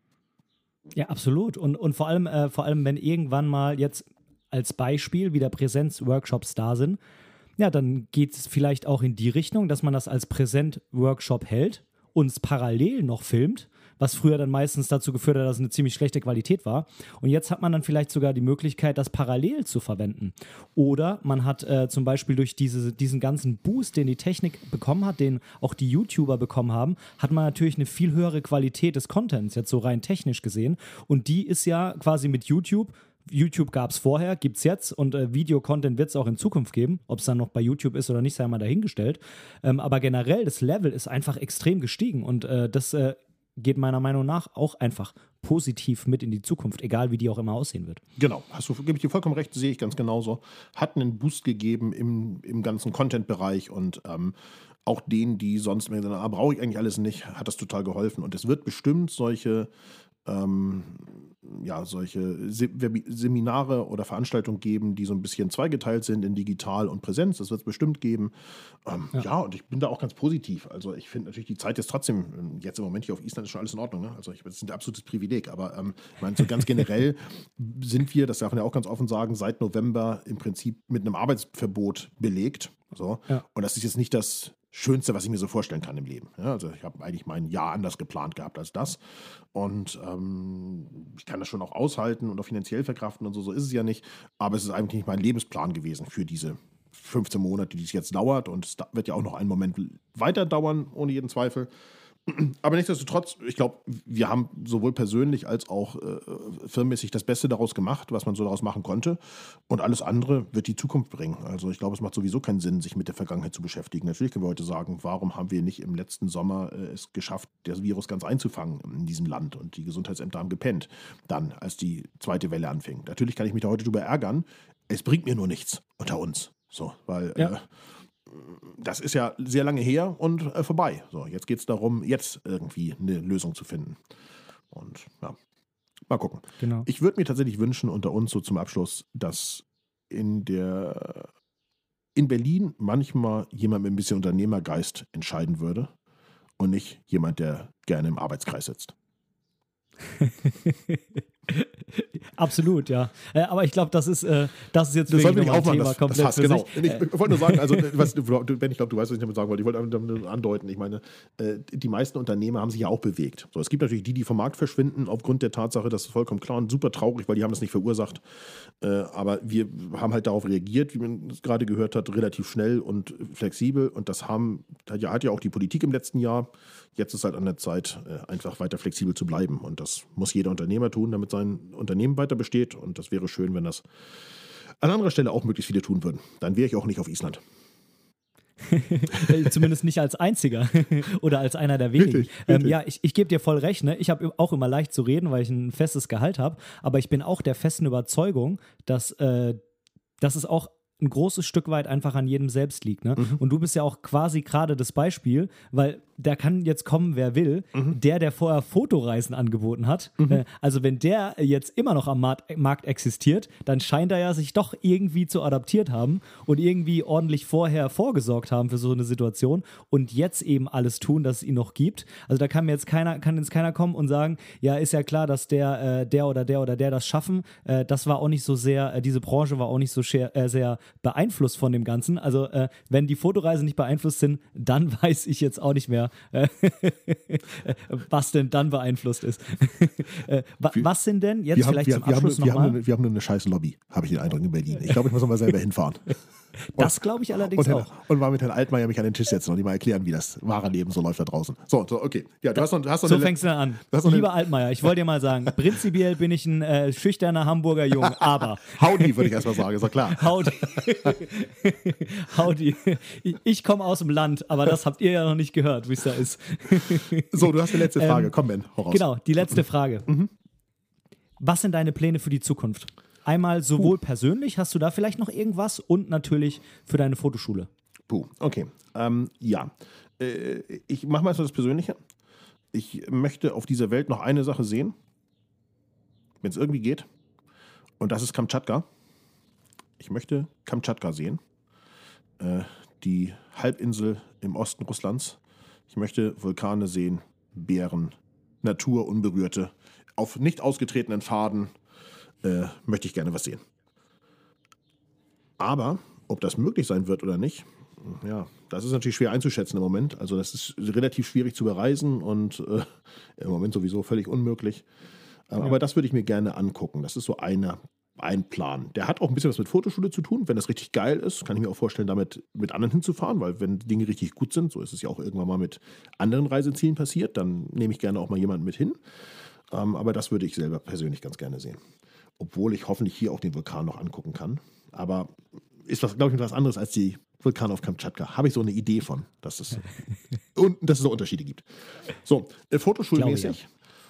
Ja, absolut. Und, und vor allem, äh, vor allem, wenn irgendwann mal jetzt als Beispiel wieder Präsenzworkshops da sind, ja, dann geht es vielleicht auch in die Richtung, dass man das als Präsent-Workshop hält und es parallel noch filmt, was früher dann meistens dazu geführt hat, dass es eine ziemlich schlechte Qualität war. Und jetzt hat man dann vielleicht sogar die Möglichkeit, das parallel zu verwenden. Oder man hat äh, zum Beispiel durch diese, diesen ganzen Boost, den die Technik bekommen hat, den auch die YouTuber bekommen haben, hat man natürlich eine viel höhere Qualität des Contents, jetzt so rein technisch gesehen. Und die ist ja quasi mit YouTube YouTube gab es vorher, gibt es jetzt und äh, Video-Content wird es auch in Zukunft geben. Ob es dann noch bei YouTube ist oder nicht, sei mal dahingestellt. Ähm, aber generell, das Level ist einfach extrem gestiegen und äh, das äh, geht meiner Meinung nach auch einfach positiv mit in die Zukunft, egal wie die auch immer aussehen wird. Genau, hast du, gebe ich dir vollkommen recht, sehe ich ganz genauso. Hat einen Boost gegeben im, im ganzen Content-Bereich und ähm, auch denen, die sonst mir sagen, ah, brauche ich eigentlich alles nicht, hat das total geholfen. Und es wird bestimmt solche Ähm, ja, solche Se- Seminare oder Veranstaltungen geben, die so ein bisschen zweigeteilt sind in digital und Präsenz. Das wird es bestimmt geben. Ähm, ja. ja, und ich bin da auch ganz positiv. Also ich finde natürlich, die Zeit ist trotzdem, jetzt im Moment hier auf Island ist schon alles in Ordnung. Ne? Also ich, das ist ein absolutes Privileg. Aber ähm, ich meine, so ganz generell sind wir, das darf man ja auch ganz offen sagen, seit November im Prinzip mit einem Arbeitsverbot belegt. So. Ja. Und das ist jetzt nicht das Schönste, was ich mir so vorstellen kann im Leben. Ja, also ich habe eigentlich mein Jahr anders geplant gehabt als das. Und ähm, ich kann das schon auch aushalten und auch finanziell verkraften und so, so ist es ja nicht. Aber es ist eigentlich nicht mein Lebensplan gewesen für diese fünfzehn Monate, die es jetzt dauert. Und es wird ja auch noch einen Moment weiter dauern, ohne jeden Zweifel. Aber nichtsdestotrotz, ich glaube, wir haben sowohl persönlich als auch äh, firmenmäßig das Beste daraus gemacht, was man so daraus machen konnte. Und alles andere wird die Zukunft bringen. Also ich glaube, es macht sowieso keinen Sinn, sich mit der Vergangenheit zu beschäftigen. Natürlich können wir heute sagen, warum haben wir nicht im letzten Sommer äh, es geschafft, das Virus ganz einzufangen in diesem Land und die Gesundheitsämter haben gepennt, dann, als die zweite Welle anfing. Natürlich kann ich mich da heute drüber ärgern. Es bringt mir nur nichts unter uns. So, weil ja. äh, das ist ja sehr lange her und äh, vorbei. So, jetzt geht es darum, jetzt irgendwie eine Lösung zu finden. Und ja, mal gucken. Genau. Ich würde mir tatsächlich wünschen, unter uns so zum Abschluss, dass in der in Berlin manchmal jemand mit ein bisschen Unternehmergeist entscheiden würde und nicht jemand, der gerne im Arbeitskreis sitzt. Absolut, ja. Äh, aber ich glaube, das ist, äh, das ist jetzt das wirklich ein Thema das, komplett das für genau. sich. Ich, ich wollte nur sagen, also was, Ben, ich glaube, du weißt, was ich damit sagen wollte. Ich wollte damit andeuten, ich meine, äh, die meisten Unternehmer haben sich ja auch bewegt. So, es gibt natürlich die, die vom Markt verschwinden, aufgrund der Tatsache, das ist vollkommen klar und super traurig, weil die haben das nicht verursacht. Äh, aber wir haben halt darauf reagiert, wie man es gerade gehört hat, relativ schnell und flexibel. Und das haben, hat ja, hat ja auch die Politik im letzten Jahr. Jetzt ist halt an der Zeit, äh, einfach weiter flexibel zu bleiben. Und das muss jeder Unternehmer tun, damit sein Unternehmen weiter besteht. Und das wäre schön, wenn das an anderer Stelle auch möglichst viele tun würden. Dann wäre ich auch nicht auf Island. Zumindest nicht als einziger oder als einer der wenigen. Richtig, ähm, richtig. ja, ich, ich gebe dir voll recht. Ne? Ich habe auch immer leicht zu reden, weil ich ein festes Gehalt habe. Aber ich bin auch der festen Überzeugung, dass, äh, dass es auch ein großes Stück weit einfach an jedem selbst liegt. Ne? Mhm. Und du bist ja auch quasi gerade das Beispiel, weil da kann jetzt kommen, wer will, mhm. der, der vorher Fotoreisen angeboten hat. Mhm. Äh, also wenn der jetzt immer noch am Markt, Markt existiert, dann scheint er ja sich doch irgendwie zu adaptiert haben und irgendwie ordentlich vorher vorgesorgt haben für so eine Situation und jetzt eben alles tun, dass es ihn noch gibt. Also da kann mir jetzt keiner, kann jetzt keiner kommen und sagen, ja, ist ja klar, dass der, äh, der oder der oder der das schaffen. Äh, das war auch nicht so sehr, äh, diese Branche war auch nicht so sehr, äh, sehr beeinflusst von dem Ganzen. Also äh, wenn die Fotoreisen nicht beeinflusst sind, dann weiß ich jetzt auch nicht mehr, was denn dann beeinflusst ist. Was sind denn jetzt wir vielleicht haben, zum wir, Abschluss wir, haben nochmal? eine, wir haben nur eine scheiß Lobby, habe ich den Eindruck, in Berlin. Ich glaube, ich muss mal selber hinfahren. Das glaube ich allerdings und, auch. Und mal mit Herrn Altmaier mich an den Tisch setzen und ihm mal erklären, wie das wahre Leben so läuft da draußen. So, so okay. Ja, du hast noch, du hast noch so eine, fängst du dann an. Du Lieber Altmaier, ich wollte dir mal sagen, prinzipiell bin ich ein äh, schüchterner Hamburger Junge, aber... Howdy, würde ich erstmal sagen, ist doch klar. Howdy. Howdy. Ich, ich komme aus dem Land, aber das habt ihr ja noch nicht gehört, wie es da ist. So, du hast die letzte Frage. Ähm, Komm, Ben, hau raus. Genau, die letzte Frage. Mhm. Was sind deine Pläne für die Zukunft? Einmal sowohl Puh. persönlich, hast du da vielleicht noch irgendwas und natürlich für deine Fotoschule? Puh, okay. Ähm, ja, äh, ich mache mal erstmal das Persönliche. Ich möchte auf dieser Welt noch eine Sache sehen, wenn es irgendwie geht. Und das ist Kamtschatka. Ich möchte Kamtschatka sehen. Äh, die Halbinsel im Osten Russlands. Ich möchte Vulkane sehen, Bären, Natur, Unberührte. Auf nicht ausgetretenen Pfaden äh, möchte ich gerne was sehen. Aber, ob das möglich sein wird oder nicht, ja, das ist natürlich schwer einzuschätzen im Moment. Also das ist relativ schwierig zu bereisen und äh, im Moment sowieso völlig unmöglich. Äh, ja. Aber das würde ich mir gerne angucken. Das ist so eine, ein Plan. Der hat auch ein bisschen was mit Fotoschule zu tun. Wenn das richtig geil ist, kann ich mir auch vorstellen, damit mit anderen hinzufahren, weil wenn Dinge richtig gut sind, so ist es ja auch irgendwann mal mit anderen Reisezielen passiert, dann nehme ich gerne auch mal jemanden mit hin. Ähm, aber das würde ich selber persönlich ganz gerne sehen. Obwohl ich hoffentlich hier auch den Vulkan noch angucken kann. Aber ist was, glaube ich, etwas anderes als die Vulkane auf Kamtschatka. Habe ich so eine Idee von, dass es, und, dass es so Unterschiede gibt. So, äh, Fotoschulmäßig.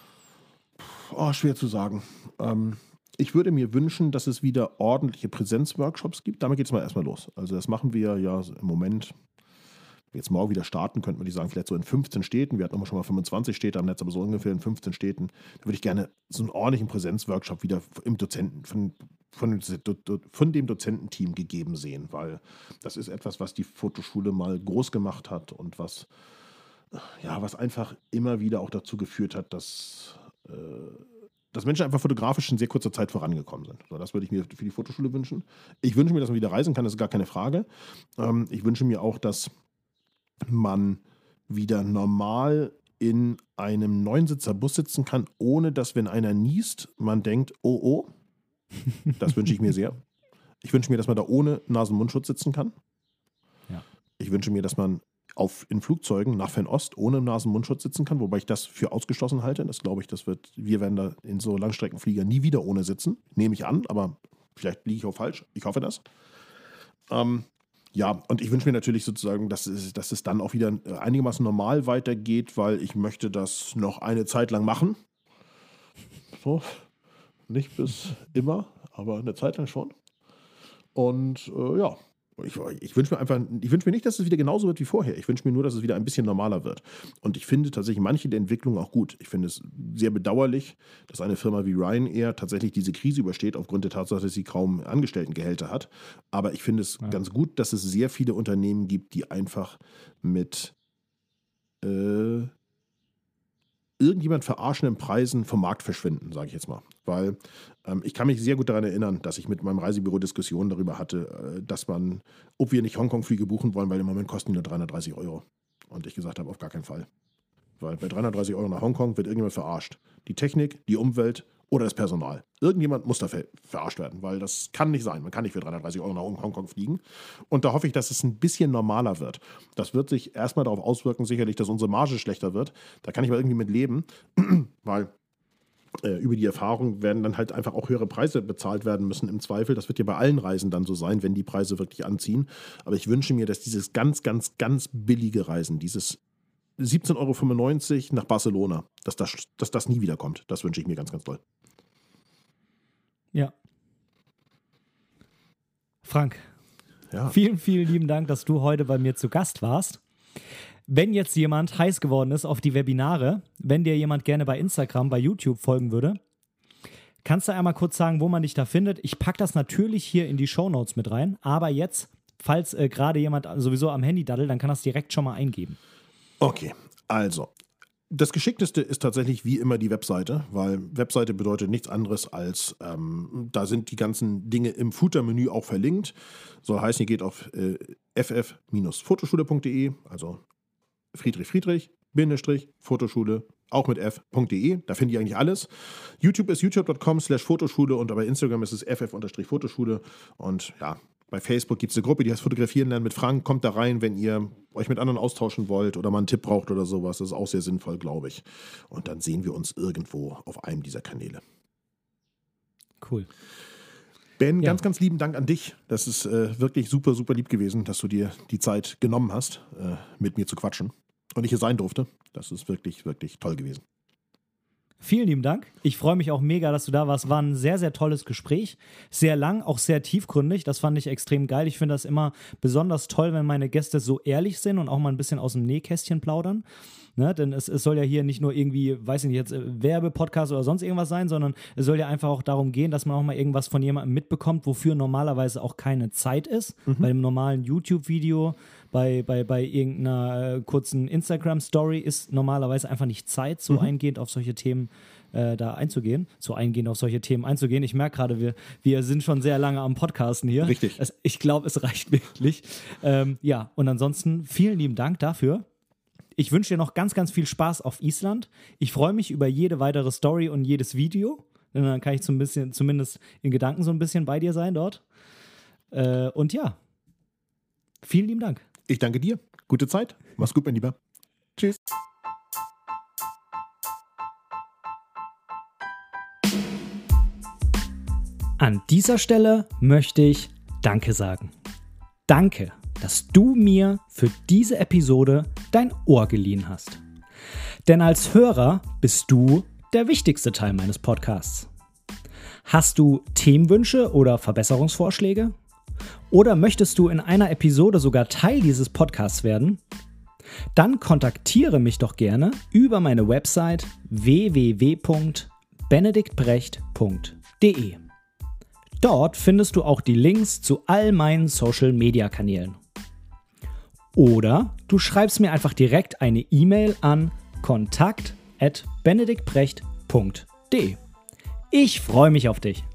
Oh, schwer zu sagen. Ähm, ich würde mir wünschen, dass es wieder ordentliche Präsenzworkshops gibt. Damit geht es mal erstmal los. Also das machen wir ja im Moment. Jetzt morgen wieder starten, könnte man die sagen, vielleicht so in fünfzehn Städten. Wir hatten immer schon mal fünfundzwanzig Städte am Netz, aber so ungefähr in fünfzehn Städten. Da würde ich gerne so einen ordentlichen Präsenzworkshop wieder im Dozenten, von, von, von dem Dozententeam gegeben sehen, weil das ist etwas, was die Fotoschule mal groß gemacht hat und was, ja, was einfach immer wieder auch dazu geführt hat, dass, äh, dass Menschen einfach fotografisch in sehr kurzer Zeit vorangekommen sind. So, das würde ich mir für die Fotoschule wünschen. Ich wünsche mir, dass man wieder reisen kann, das ist gar keine Frage. Ähm, ich wünsche mir auch, dass man wieder normal in einem Neunsitzer-Bus sitzen kann, ohne dass, wenn einer niest, man denkt, oh, oh. Das wünsche ich mir sehr. Ich wünsche mir, dass man da ohne Nasen-Mundschutz sitzen kann. Ja. Ich wünsche mir, dass man auf, in Flugzeugen nach Fernost ohne Nasen-Mundschutz sitzen kann, wobei ich das für ausgeschlossen halte. Das glaube ich, das wird, wir werden da in so Langstreckenflieger nie wieder ohne sitzen. Nehme ich an, aber vielleicht liege ich auch falsch. Ich hoffe das. Ähm, Ja, und ich wünsche mir natürlich sozusagen, dass es, dass es dann auch wieder einigermaßen normal weitergeht, weil ich möchte das noch eine Zeit lang machen. So, nicht bis immer, aber eine Zeit lang schon. Und äh, ja, ich, ich wünsche mir einfach, ich wünsche mir nicht, dass es wieder genauso wird wie vorher. Ich wünsche mir nur, dass es wieder ein bisschen normaler wird. Und ich finde tatsächlich manche der Entwicklungen auch gut. Ich finde es sehr bedauerlich, dass eine Firma wie Ryanair tatsächlich diese Krise übersteht, aufgrund der Tatsache, dass sie kaum Angestelltengehälter hat. Aber ich finde es ja. ganz gut, dass es sehr viele Unternehmen gibt, die einfach mit äh, irgendjemand verarschenden Preisen vom Markt verschwinden, sage ich jetzt mal. Weil ähm, ich kann mich sehr gut daran erinnern, dass ich mit meinem Reisebüro Diskussionen darüber hatte, äh, dass man, ob wir nicht Hongkong-Flüge buchen wollen, weil im Moment kosten die nur dreihundertdreißig Euro. Und ich gesagt habe, auf gar keinen Fall. Weil bei dreihundertdreißig Euro nach Hongkong wird irgendjemand verarscht. Die Technik, die Umwelt oder das Personal. Irgendjemand muss da ver- verarscht werden, weil das kann nicht sein. Man kann nicht für dreihundertdreißig Euro nach Hongkong fliegen. Und da hoffe ich, dass es ein bisschen normaler wird. Das wird sich erstmal darauf auswirken, sicherlich, dass unsere Marge schlechter wird. Da kann ich aber irgendwie mit leben, weil äh, über die Erfahrung werden dann halt einfach auch höhere Preise bezahlt werden müssen im Zweifel. Das wird ja bei allen Reisen dann so sein, wenn die Preise wirklich anziehen. Aber ich wünsche mir, dass dieses ganz, ganz, ganz billige Reisen, dieses siebzehn Euro fünfundneunzig nach Barcelona, dass das, dass das nie wieder kommt. Das wünsche ich mir ganz, ganz doll. Ja. Frank, ja. vielen, vielen lieben Dank, dass du heute bei mir zu Gast warst. Wenn jetzt jemand heiß geworden ist auf die Webinare, wenn dir jemand gerne bei Instagram, bei YouTube folgen würde, kannst du einmal kurz sagen, wo man dich da findet? Ich packe das natürlich hier in die Shownotes mit rein, aber jetzt, falls äh, gerade jemand sowieso am Handy daddelt, dann kann das direkt schon mal eingeben. Okay, also, das Geschickteste ist tatsächlich wie immer die Webseite, weil Webseite bedeutet nichts anderes als, ähm, da sind die ganzen Dinge im Footer-Menü auch verlinkt. Soll heißen, ihr geht auf äh, f f Fotoschule punkt de, also Friedrich Friedrich, Bindestrich, Fotoschule, auch mit f.de, da findet ihr eigentlich alles. YouTube ist youtube punkt com slash Fotoschule und bei Instagram ist es ff-fotoschule und ja, bei Facebook gibt es eine Gruppe, die heißt Fotografieren lernen mit Frank. Kommt da rein, wenn ihr euch mit anderen austauschen wollt oder mal einen Tipp braucht oder sowas. Das ist auch sehr sinnvoll, glaube ich. Und dann sehen wir uns irgendwo auf einem dieser Kanäle. Cool. Ben, Ja. ganz, ganz lieben Dank an dich. Das ist äh, wirklich super, super lieb gewesen, dass du dir die Zeit genommen hast, äh, mit mir zu quatschen. Und ich hier sein durfte. Das ist wirklich, wirklich toll gewesen. Vielen lieben Dank. Ich freue mich auch mega, dass du da warst. War ein sehr, sehr tolles Gespräch. Sehr lang, auch sehr tiefgründig. Das fand ich extrem geil. Ich finde das immer besonders toll, wenn meine Gäste so ehrlich sind und auch mal ein bisschen aus dem Nähkästchen plaudern. Ne? Denn es, es soll ja hier nicht nur irgendwie, weiß ich nicht, jetzt äh, Werbepodcast oder sonst irgendwas sein, sondern es soll ja einfach auch darum gehen, dass man auch mal irgendwas von jemandem mitbekommt, wofür normalerweise auch keine Zeit ist. Mhm. Bei einem normalen YouTube-Video, bei, bei, bei irgendeiner äh, kurzen Instagram-Story ist normalerweise einfach nicht Zeit, so mhm. eingehend auf solche Themen äh, da einzugehen, so eingehend auf solche Themen einzugehen. Ich merke gerade, wir, wir sind schon sehr lange am Podcasten hier. Richtig. Es, ich glaube, es reicht wirklich. Ähm, ja, und ansonsten vielen lieben Dank dafür. Ich wünsche dir noch ganz, ganz viel Spaß auf Island. Ich freue mich über jede weitere Story und jedes Video. Denn dann kann ich so ein bisschen, zumindest in Gedanken so ein bisschen bei dir sein dort. Äh, und ja, vielen lieben Dank. Ich danke dir. Gute Zeit. Mach's gut, mein Lieber. Tschüss. An dieser Stelle möchte ich Danke sagen. Danke, dass du mir für diese Episode dein Ohr geliehen hast. Denn als Hörer bist du der wichtigste Teil meines Podcasts. Hast du Themenwünsche oder Verbesserungsvorschläge? Oder möchtest du in einer Episode sogar Teil dieses Podcasts werden? Dann kontaktiere mich doch gerne über meine Website w w w punkt benediktbrecht punkt de. Dort findest du auch die Links zu all meinen Social-Media-Kanälen. Oder du schreibst mir einfach direkt eine E-Mail an kontakt at benediktbrecht punkt de. Ich freue mich auf dich.